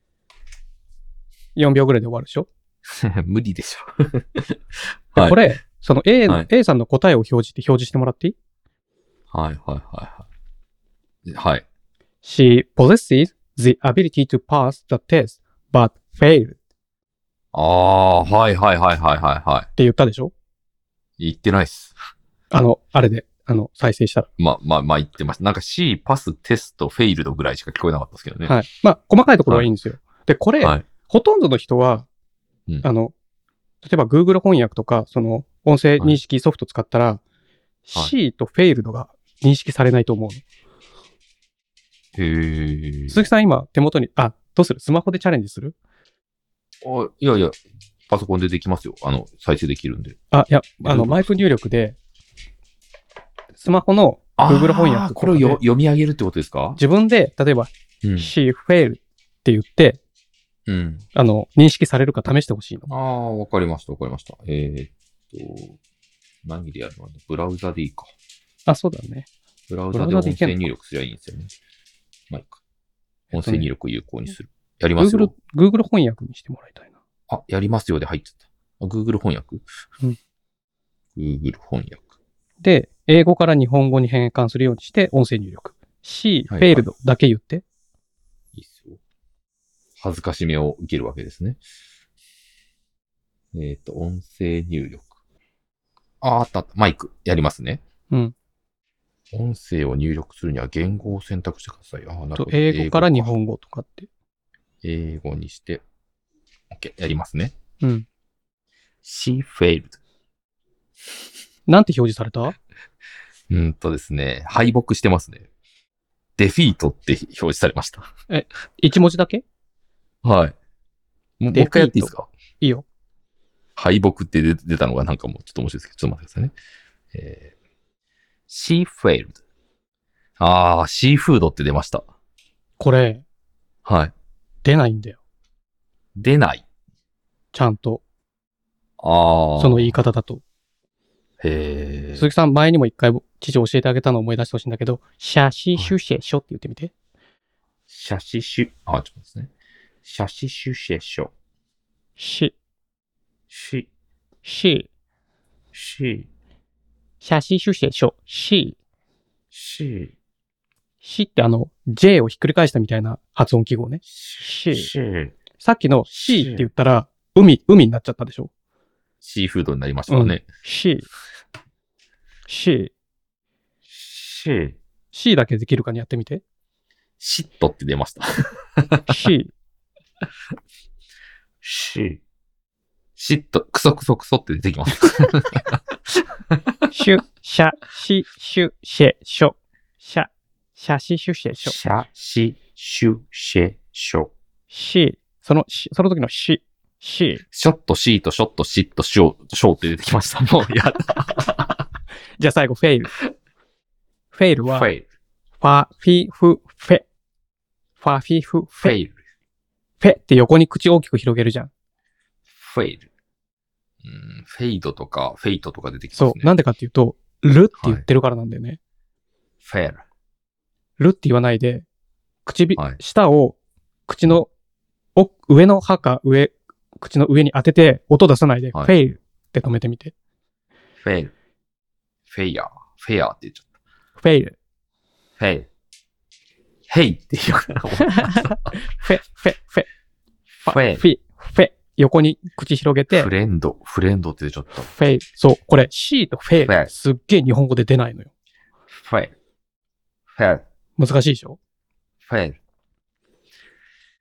S1: よんびょうぐらいで終わるでしょ？
S2: 無理でしょ。
S1: で
S2: はい
S1: これ、その A の、
S2: はい
S1: A さんの答えを表示って表示してもらっていい？
S2: はいはいはいはい。はい。
S1: She possesses the ability to pass the test, but failed っ
S2: ああ、はいはいはいはいはいはい。
S1: て言ったでしょ？
S2: 言ってないっす。
S1: あの、あれで、あの、再生したら。
S2: ま、ま、まあ言ってました。なんか C、パス、テスト、フェイルドぐらいしか聞こえなかったですけどね。
S1: はい。まあ、細かいところはいいんですよ。で、これ、
S2: はい。
S1: ほとんどの人は、
S2: うん
S1: あの、例えば Google 翻訳とか、その、音声認識ソフト使ったら、C とフェイルドが認識されないと思うの。
S2: へえ。
S1: 鈴木さん今手元に、あ、どうする？スマホでチャレンジする？
S2: あ、いやいや、パソコンでできますよ。あの、再生できるんで。
S1: あ、いや、あの、
S2: どうぞ
S1: マイク入力で、スマホの Google 翻訳とかで
S2: あーこれをよ読み上げるってことですか？
S1: 自分で、例えば、
S2: うん。
S1: she failed って言って、
S2: うん。
S1: あの、認識されるか試してほしいの。
S2: ああ、わかりました、わかりました。えー、っと、何でやるの？ブラウザでいいか。
S1: あ、そうだね。
S2: ブラウザで音
S1: ブラウザでいけんの
S2: 声入力すりゃいいんですよね。まあいいか。音声入力を有効にする。やります
S1: Google
S2: よ。、
S1: Google 翻訳にしてもらいたいな。
S2: あ、やりますよで入っちゃった。あ Google 翻訳
S1: うん。
S2: Google 翻訳。
S1: で、英語から日本語に変換するようにして音声入力。she
S2: はいはい
S1: failed だけ言って。
S2: いいっすよ。恥ずかしめを受けるわけですね。えっ、と、音声入力。あ、あったあった。マイク。やりますね。
S1: うん。
S2: 音声を入力するには言語を選択してください。あ、なるほ
S1: と
S2: ど。
S1: 英語から日
S2: 語か。
S1: 本語とかって。
S2: 英語にして。OK。やりますね。
S1: うん。
S2: She failed.
S1: なんて表示された？
S2: うーんとですね。敗北してますね。defeat って表示されました。
S1: 一文字だけ？
S2: はい。もうもう
S1: defeat
S2: 一回やっていいですか？
S1: いいよ。
S2: 敗北って出出たのがなんかもうちょっと面白いですけど、ちょっと待ってくださいね。えー、she failed. あー、シーフードって出ました。
S1: これ、
S2: はい。
S1: 出ないんだよ。
S2: 出ない。
S1: ちゃんと。
S2: あー。
S1: その言い方だと。
S2: へー。
S1: 鈴木さん、前にも一回記事教えてあげたのを思い出してほしいんだけど、シャシシュシェショって言ってみて。
S2: シャシシュ、あ、ちょっとですね。シャシシュシェショ。
S1: し、
S2: シ、
S1: し、
S2: シ、
S1: シャシシュシェショ、し、
S2: シ、
S1: しってあの、J をひっくり返したみたいな発音記号ね。
S2: シ、シ、
S1: さっきの C って言ったら、海、海になっちゃったでしょ。
S2: シーフードになりましたね。
S1: し、し、
S2: シ、
S1: C だけできるかにやってみて。
S2: シットって出ました。
S1: し、
S2: シ、シット、クソクソクソって出てきます。
S1: シュ、シャ、シ、シュ、シェ、ショ、シャ、シャシシュシェショ。
S2: シャシシュシェショ。
S1: し、その、しその時のし、し。
S2: ショットシートショットシットショー、ショーって出てきました。もうやだ。
S1: じゃあ最後、フェイル。フェイルは、
S2: フェイル。
S1: ファ、フィ、フ、フェ。ファ、フィ、フ、フェ。
S2: フェイル。
S1: フェって横に口大きく広げるじゃん。
S2: フェイル。うん、フェイドとか、フェイトとか出てきますね。
S1: そう。なんでかっていうと、ルって言ってるからなんだよね。
S2: フェイル。
S1: ルって言わないで、唇、
S2: はい
S1: 舌を口の奥上の歯か上、口の上に当てて音出さないで、
S2: はい
S1: フェイルって止めてみて。
S2: フェイル。フェイヤー。フェイヤーって言っちゃった。
S1: フェイル。
S2: フェイル。ヘイって言うから。
S1: フェ、フェ、フェ。
S2: フェイ
S1: フィ、フェ。横に口広げて
S2: フ、レンド。フレンドって出ちゃった。
S1: フェイル。そう。これ C とフェイ
S2: フェイル
S1: ル。すっげえ日本語で出ないのよ。
S2: フェイル。フェイル。
S1: 難しいでしょ？
S2: フェイル。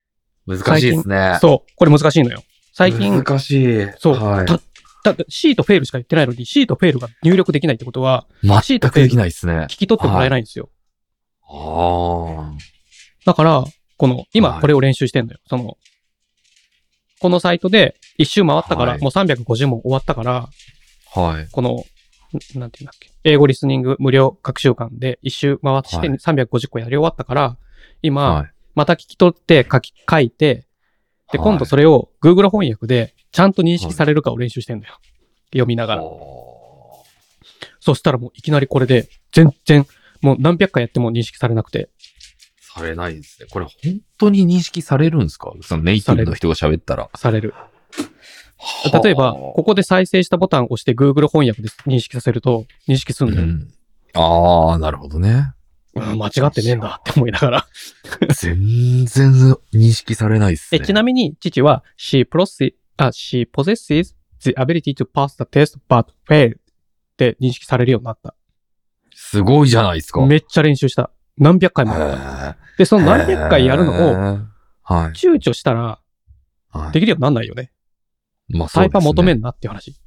S2: 難しいですね。
S1: そう。これ難しいのよ。最近。
S2: 難しい。
S1: そう。
S2: はい、
S1: た、た、C とフェールしか言ってないのに、C とフェールが入力できないってことは、
S2: 全くできないですね。
S1: 聞き取ってもらえないんですよ。
S2: はい、ああ。
S1: だから、この、今これを練習してんのよ。その、このサイトで一周回ったから、はい、もうさんびゃくごじゅう問終わったから、
S2: はい。
S1: この、なんていうんだっけ、英語リスニング無料学習館で一周回ってさんびゃくごじゅっこやり終わったから、今、はい、また聞き取って書き、書いて、で、今度それを Google 翻訳でちゃんと認識されるかを練習してんだよ。はい、読みながら。そしたらもういきなりこれで、全然、もう何百回やっても認識されなくて。
S2: されないですね。これ本当に認識されるんですか？そのネイティブの人が喋ったら。
S1: される。例えば、ここで再生したボタンを押して Google 翻訳で認識させると、認識するんだよ。うん、
S2: ああ、なるほどね。
S1: うん、間違ってねえんだって思いながら。
S2: 全然認識されないっすね。
S1: えちなみに、父は、she, process, あ she possesses the ability to pass the test but fail って認識されるようになった。
S2: すごいじゃないですか。
S1: めっちゃ練習した。何百回もやった。で、その何百回やるのを、躊躇したら、できるようになんないよね。まあ、タイパ求めんなっていう話。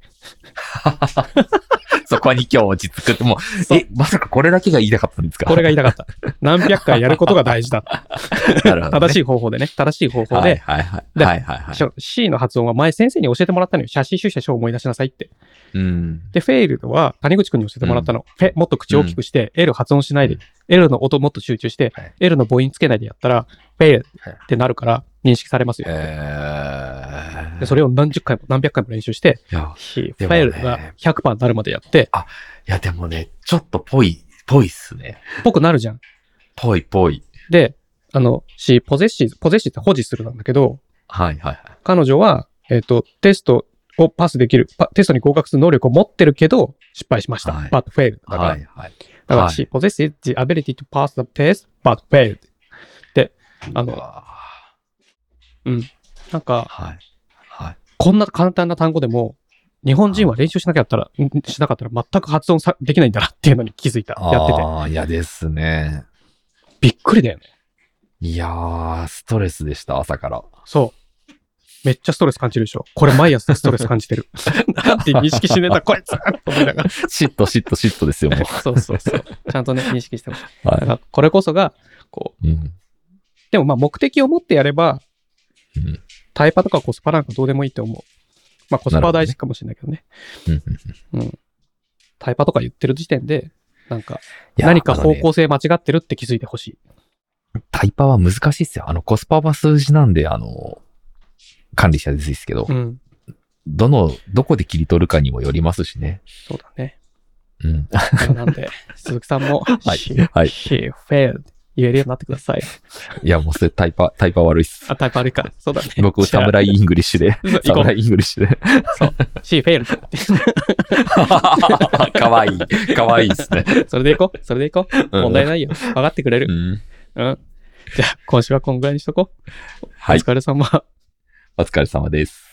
S2: そこに今日落ち着くって、もう、え、まさかこれだけが言いたかったんですか？
S1: これが言いたかった。何百回やることが大事だ。なるほど、ね。正しい方法でね。正しい方法で。
S2: はいはいはい。はいはいはい。
S1: C の発音は前先生に教えてもらったのよ。写真集写書を思い出しなさいって。
S2: うん。
S1: で、フェイルは谷口くんに教えてもらったの。うん、フェ、もっと口を大きくして、うん、L 発音しないで、うん、L の音もっと集中して、はい、L の母音つけないでやったら、フェイルってなるから認識されますよ。
S2: えー、
S1: でそれを何十回も何百回も練習して、フェイルが ひゃくパーセント になるまでやって。
S2: あ、いやでもね、ちょっとぽい、ぽいっすね。
S1: ぽくなるじゃん。
S2: ぽいぽい。
S1: で、あの、し、ポゼッシー、ポゼッシーって保持するなんだけど、
S2: はいはいはい。
S1: 彼女は、えっと、テストをパスできる、テストに合格する能力を持ってるけど、失敗しました。はい、but failed。だから、はいはい、だから、she possesses the ability to pass the test, but failed。で、あの、うん。なんか、
S2: はいはい、
S1: こんな簡単な単語でも、日本人は練習しなかったら、しなかったら全く発音さできないんだなっていうのに気づいた。やってて。
S2: ああ、嫌ですね。
S1: びっくりだよね。
S2: いやー、ストレスでした、朝から。
S1: そう。めっちゃストレス感じるでしょ。これ毎朝ストレス感じてる。なんて認識しねえんだ、こいつと思いながら。
S2: 嫉妬、嫉妬、嫉妬ですよ、もう。
S1: そうそうそう。ちゃんとね、認識してほしい。はい、だからこれこそが、こう。うん、でもまあ目的を持ってやれば、うん、タイパとかコスパなんかどうでもいいと思う。まあコスパは大事かもしれないけどね。うん、タイパとか言ってる時点で、なんか、何か方向性間違ってるって気づいてほしい。
S2: タイパは難しいっすよ。あの、コスパは数字なんで、あの、管理しやすいですけど、うん、どの、どこで切り取るかにもよりますしね。
S1: そうだね。
S2: うん。
S1: なんで、鈴木さんも、
S2: はい、はい。
S1: she failed 言えるようになってください。
S2: いや、もうそれタイパ、タイパ悪いっす。
S1: あ、タイパ悪いか。そうだね。
S2: 僕、サムライイングリッシュで、サムライイングリッシュで。
S1: そう。she failed
S2: かわいい。かわいいっすね。
S1: それでいこう。それでいこう。問題ないよ。分かってくれる。うんうん。じゃあ、今週はこんぐらいにしとこう。はい。お疲れ様。
S2: お疲れ様です。